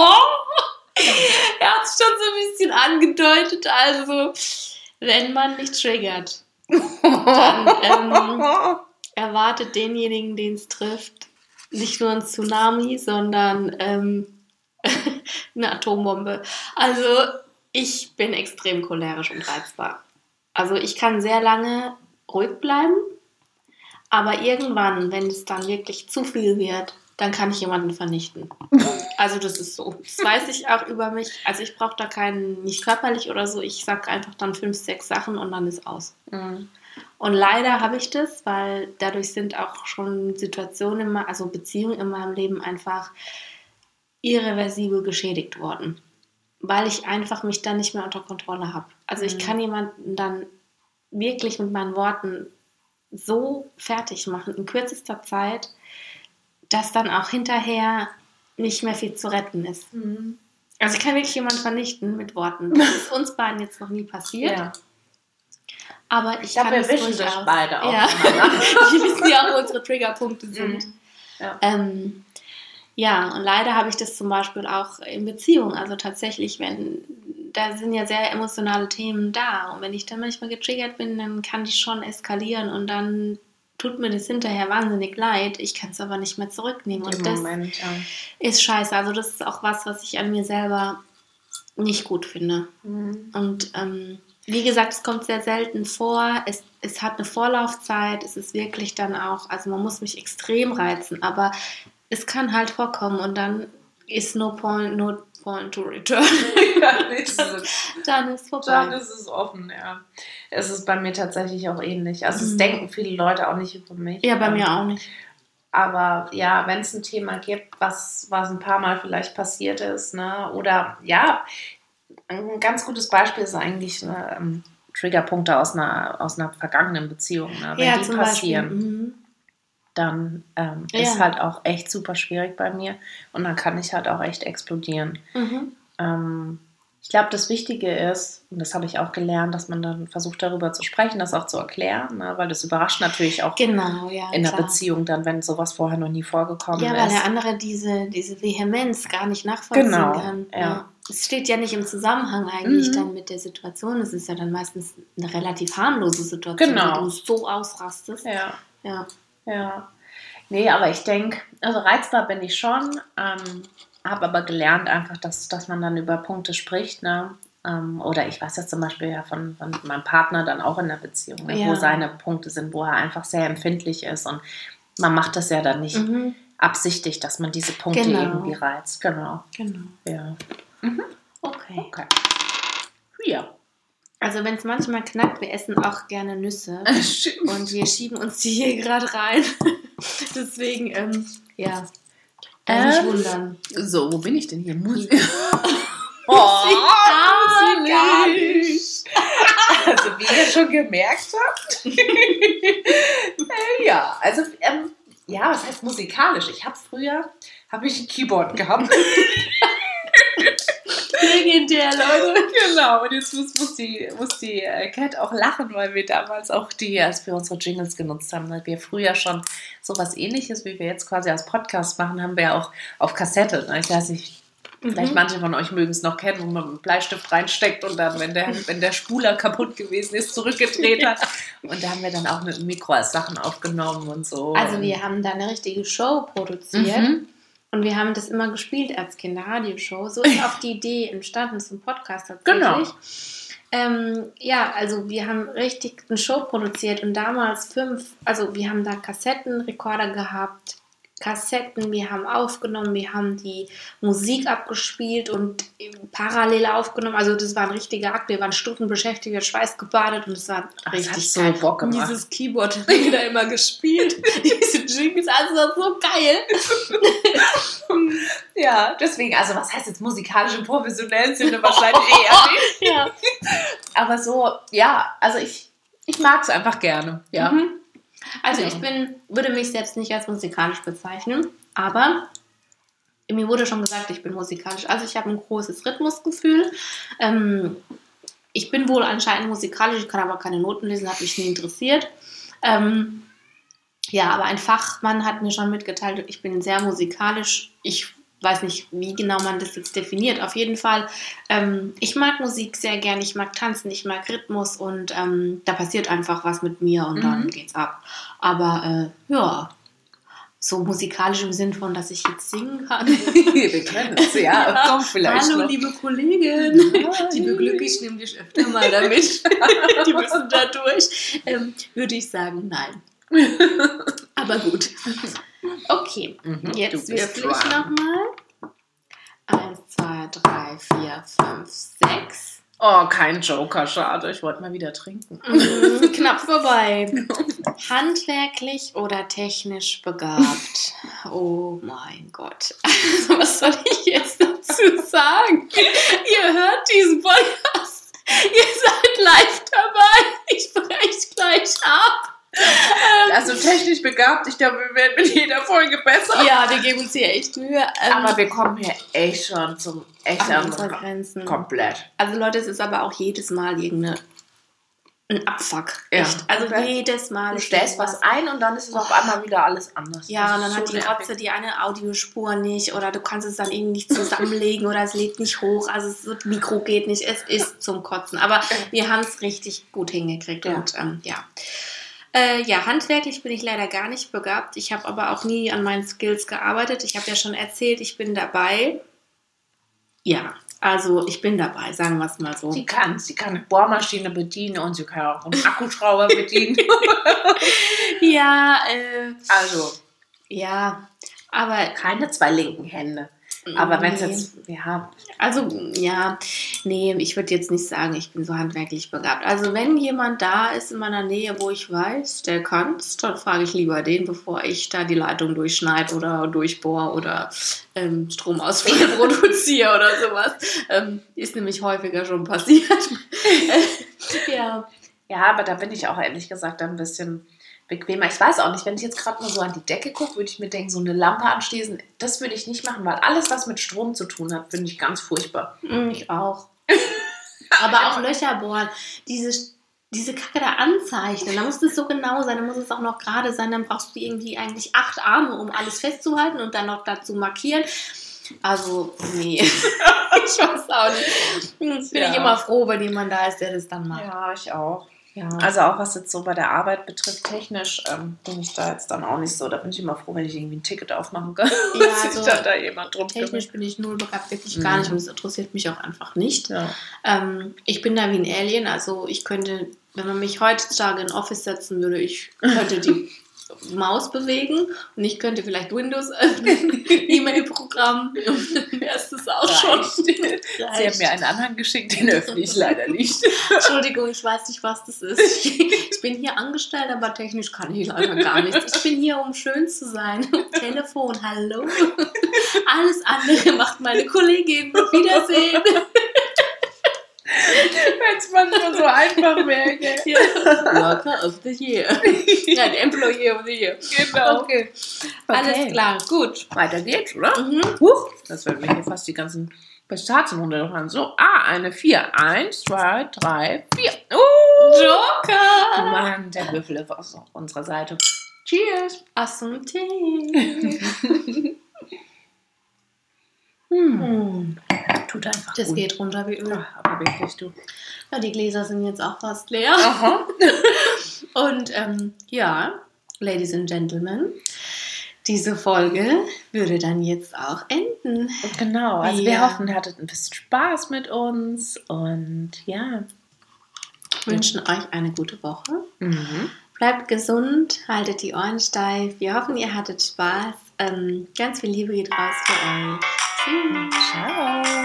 Er hat es schon so ein bisschen angedeutet, also wenn man nicht triggert, dann ähm, erwartet denjenigen, den es trifft, nicht nur ein Tsunami, sondern ähm, eine Atombombe. Also ich bin extrem cholerisch und reizbar. Also ich kann sehr lange ruhig bleiben, aber irgendwann, wenn es dann wirklich zu viel wird, dann kann ich jemanden vernichten. Also das ist so. Das weiß ich auch über mich. Also ich brauche da keinen, nicht körperlich oder so. Ich sage einfach dann fünf, sechs Sachen und dann ist aus. Mhm. Und leider habe ich das, weil dadurch sind auch schon Situationen, in, also Beziehungen in meinem Leben einfach irreversibel geschädigt worden. Weil ich einfach mich dann nicht mehr unter Kontrolle habe. Also ich Mhm. kann jemanden dann wirklich mit meinen Worten so fertig machen in kürzester Zeit, dass dann auch hinterher nicht mehr viel zu retten ist. Mhm. Also ich kann wirklich jemanden vernichten mit Worten. Das ist uns beiden jetzt noch nie passiert. Ja. Aber ich, Ich glaube, kann wir es wischen sich durchaus. beide auch. Ja. Wir wissen ja auch, wo unsere Triggerpunkte sind. Mhm. Ja. Ähm, ja, und leider habe ich das zum Beispiel auch in Beziehungen. Also tatsächlich, wenn da sind ja sehr emotionale Themen da. Und wenn ich dann manchmal getriggert bin, dann kann die schon eskalieren und dann tut mir das hinterher wahnsinnig leid. Ich kann es aber nicht mehr zurücknehmen. Und Im das Moment, ja. ist scheiße. Also das ist auch was, was ich an mir selber nicht gut finde. Mhm. Und ähm, wie gesagt, es kommt sehr selten vor. Es, es hat eine Vorlaufzeit. Es ist wirklich dann auch, also man muss mich extrem reizen, aber es kann halt vorkommen und dann ist no point, no point to return. Ja, nee, das ist- Dann ist vorbei. Dann ist es offen, ja. Es ist bei mir tatsächlich auch ähnlich. Also es Mhm. denken viele Leute auch nicht über mich. Ja, bei Ähm, mir auch nicht. Aber ja, wenn es ein Thema gibt, was, was ein paar Mal vielleicht passiert ist, ne, oder ja, ein ganz gutes Beispiel ist eigentlich ne, ähm, Triggerpunkte aus einer, aus einer vergangenen Beziehung. Ne? Wenn Ja, die zum passieren, Beispiel. Mhm. dann ähm, Ja. ist halt auch echt super schwierig bei mir und dann kann ich halt auch echt explodieren. Mhm. Ähm, ich glaube, das Wichtige ist, und das habe ich auch gelernt, dass man dann versucht, darüber zu sprechen, das auch zu erklären, ne? Weil das überrascht natürlich auch Genau, ja. in der klar. Beziehung dann, wenn sowas vorher noch nie vorgekommen Ja, weil ist. der andere diese, diese Vehemenz gar nicht nachvollziehen Genau, kann. ja. Es steht ja nicht im Zusammenhang eigentlich Mhm. dann mit der Situation. Es ist ja dann meistens eine relativ harmlose Situation, Genau. wo du so ausrastest. Ja, Ja. ja. Nee, aber ich denke, also reizbar bin ich schon, ähm, habe aber gelernt einfach, dass, dass man dann über Punkte spricht, ne? Ähm, oder ich weiß das zum Beispiel ja von, von meinem Partner dann auch in der Beziehung, ne? Ja. Wo seine Punkte sind, wo er einfach sehr empfindlich ist und man macht das ja dann nicht Mhm. absichtlich, dass man diese Punkte Genau. irgendwie reizt. Genau, Genau. ja. Okay. Okay. Ja. Also wenn es manchmal knackt, wir essen auch gerne Nüsse. Und wir schieben uns die hier gerade rein. Deswegen, ähm, ja. Also nicht Ähm, wundern. So, wo bin ich denn hier? Musik. Musikalisch. Also wie ihr schon gemerkt habt. äh, ja, also ähm, ja, was heißt musikalisch? Ich habe früher, habe ich ein Keyboard gehabt. Legendär, Leute. Genau, und jetzt muss, muss die, muss die äh, Cat auch lachen, weil wir damals auch die, als wir unsere Jingles genutzt haben, weil wir früher schon sowas Ähnliches, wie wir jetzt quasi als Podcast machen, haben wir ja auch auf Kassette. Ne? Ich weiß nicht, vielleicht Mhm. manche von euch mögen es noch kennen, wo man einen Bleistift reinsteckt und dann, wenn der, wenn der Spuler kaputt gewesen ist, zurückgedreht hat. Und da haben wir dann auch mit dem Mikro als Sachen aufgenommen und so. Also wir haben da eine richtige Show produziert. Mhm. Und wir haben das immer gespielt als Kinderradioshow. So ist auch die Idee entstanden zum Podcast tatsächlich. Genau. Ähm, ja, also wir haben richtig eine Show produziert und damals fünf, also wir haben da Kassettenrekorder gehabt, Kassetten, wir haben aufgenommen, wir haben die Musik abgespielt und parallel aufgenommen. Also das war ein richtiger Akt, wir waren Stunden beschäftigt, wir haben Schweiß gebadet und es war Ach, das richtig hat so geil. Bock Und gemacht. dieses Keyboard haben wir da immer gespielt. Diese Jingles, also das war so geil. Ja, deswegen, also was heißt jetzt musikalisch im professionellen Sinne wahrscheinlich eher nicht. Ja. Aber so, ja, also ich, ich mag es einfach gerne. Ja. Mhm. Also Ja. ich bin, würde mich selbst nicht als musikalisch bezeichnen, aber mir wurde schon gesagt, ich bin musikalisch. Also ich habe ein großes Rhythmusgefühl. Ähm, ich bin wohl anscheinend musikalisch, ich kann aber keine Noten lesen, hat mich nie interessiert. Ähm, ja, aber ein Fachmann hat mir schon mitgeteilt, ich bin sehr musikalisch. Ich weiß nicht, wie genau man das jetzt definiert. Auf jeden Fall, ähm, ich mag Musik sehr gern, ich mag tanzen, ich mag Rhythmus und ähm, da passiert einfach was mit mir und dann Mhm. geht's ab. Aber äh, ja, so musikalisch im Sinn von, dass ich jetzt singen kann. Wir können es, ja. Ja. Komm vielleicht Hallo, noch. liebe Kollegin. Hi. Die beglücke ich nämlich öfter mal damit. Die müssen da durch. Ähm, würde ich sagen, nein. Aber gut. Okay, Mhm, jetzt du bist würfel ich dran. nochmal. Eins, zwei, drei, vier, fünf, sechs. Oh, kein Joker, schade. Ich wollte mal wieder trinken. Mm, knapp vorbei. Handwerklich oder technisch begabt? Oh mein Gott. Also, was soll ich jetzt dazu sagen? Ihr hört diesen Podcast. Ihr seid live dabei. Ich breche gleich ab. Also technisch begabt, ich glaube, wir werden mit jeder Folge besser. Ja, wir geben uns hier echt Mühe. Ähm, Aber wir kommen hier echt schon zum echt an an unsere Grenzen. Komplett. Also Leute, es ist aber auch jedes Mal irgendeine ein Abfuck. Ja. Echt. Also Okay. jedes Mal. Du ist stellst irgendwas. was ein und dann ist es auf einmal wieder alles anders. Ja, Das und dann ist hat so die nervig. Rotze die eine Audiospur nicht oder du kannst es dann irgendwie nicht zusammenlegen oder es lädt nicht hoch, also das Mikro geht nicht, es ist zum Kotzen. Aber wir haben es richtig gut hingekriegt Ja. und ähm, ja. Äh, ja, handwerklich bin ich leider gar nicht begabt. Ich habe aber auch nie an meinen Skills gearbeitet. Ich habe ja schon erzählt, ich bin dabei. Ja, also ich bin dabei, sagen wir es mal so. Sie kann Sie kann eine Bohrmaschine bedienen und sie kann auch einen Akkuschrauber bedienen. Ja, äh, Also ja, aber keine zwei linken Hände. Aber wenn es nee. jetzt, ja, Also, ja, nee, ich würde jetzt nicht sagen, ich bin so handwerklich begabt. Also, wenn jemand da ist in meiner Nähe, wo ich weiß, der kann's, dann frage ich lieber den, bevor ich da die Leitung durchschneide oder durchbohre oder ähm, Stromausfall produziere oder sowas. Ähm, ist nämlich häufiger schon passiert. Ja. ja, aber da bin ich auch ehrlich gesagt ein bisschen bequemer. Ich weiß auch nicht, wenn ich jetzt gerade mal so an die Decke gucke, würde ich mir denken, so eine Lampe anschließen, das würde ich nicht machen, weil alles, was mit Strom zu tun hat, finde ich ganz furchtbar. Ich auch. Aber auch Löcher bohren. Diese, diese Kacke da anzeichnen, da muss es so genau sein, da muss es auch noch gerade sein, dann brauchst du irgendwie eigentlich acht Arme, um alles festzuhalten und dann noch dazu markieren. Also, nee. Ich weiß auch nicht. Bin Ja. ich immer froh, wenn jemand da ist, der das dann macht. Ja, ich auch. Ja. Also auch was jetzt so bei der Arbeit betrifft, technisch, ähm, bin ich da jetzt dann auch nicht so. Da bin ich immer froh, wenn ich irgendwie ein Ticket aufmachen kann. Ja, dass also sich da, da jemand drum technisch kümmert. bin ich null begabt, wirklich Mhm. gar nicht und es interessiert mich auch einfach nicht. Ja. Ähm, ich bin da wie ein Alien, also ich könnte, wenn man mich heutzutage in Office setzen würde, ich könnte die Maus bewegen und ich könnte vielleicht Windows öffnen, E-Mail-Programm und dann wäre es das auch schon. Reicht. Sie haben mir einen Anhang geschickt, den öffne ich leider nicht. Entschuldigung, ich weiß nicht, was das ist. Ich bin hier angestellt, aber technisch kann ich leider gar nichts. Ich bin hier, um schön zu sein. Telefon, hallo. Alles andere macht meine Kollegin. Auf Wiedersehen. Wenn es manchmal so einfach wäre. Gell? Ja. Worker of the Year. Nein, Employee of the Year. Genau. Okay. Alles klar, gut. Weiter geht's, oder? Mhm. Huch, das werden wir hier fast die ganzen Pistazien runterfahren. So, ah, eine vier. Eins, zwei, drei, vier. Uh, Joker. Mann, der Würfel ist auf unserer Seite. Cheers. Assunte. Hm. Hm. Tut einfach Das gut. geht runter wie Öl. Ach, aber wirklich, du. Ja, die Gläser sind jetzt auch fast leer. Aha. Und ähm, ja, Ladies and Gentlemen, diese Folge würde dann jetzt auch enden. Genau, also wir Ja. hoffen, ihr hattet ein bisschen Spaß mit uns und ja. Wünschen euch eine gute Woche. Mhm. Bleibt gesund, haltet die Ohren steif. Wir hoffen, ihr hattet Spaß. Ähm, ganz viel Liebe geht raus für euch. Tschüss. Ciao.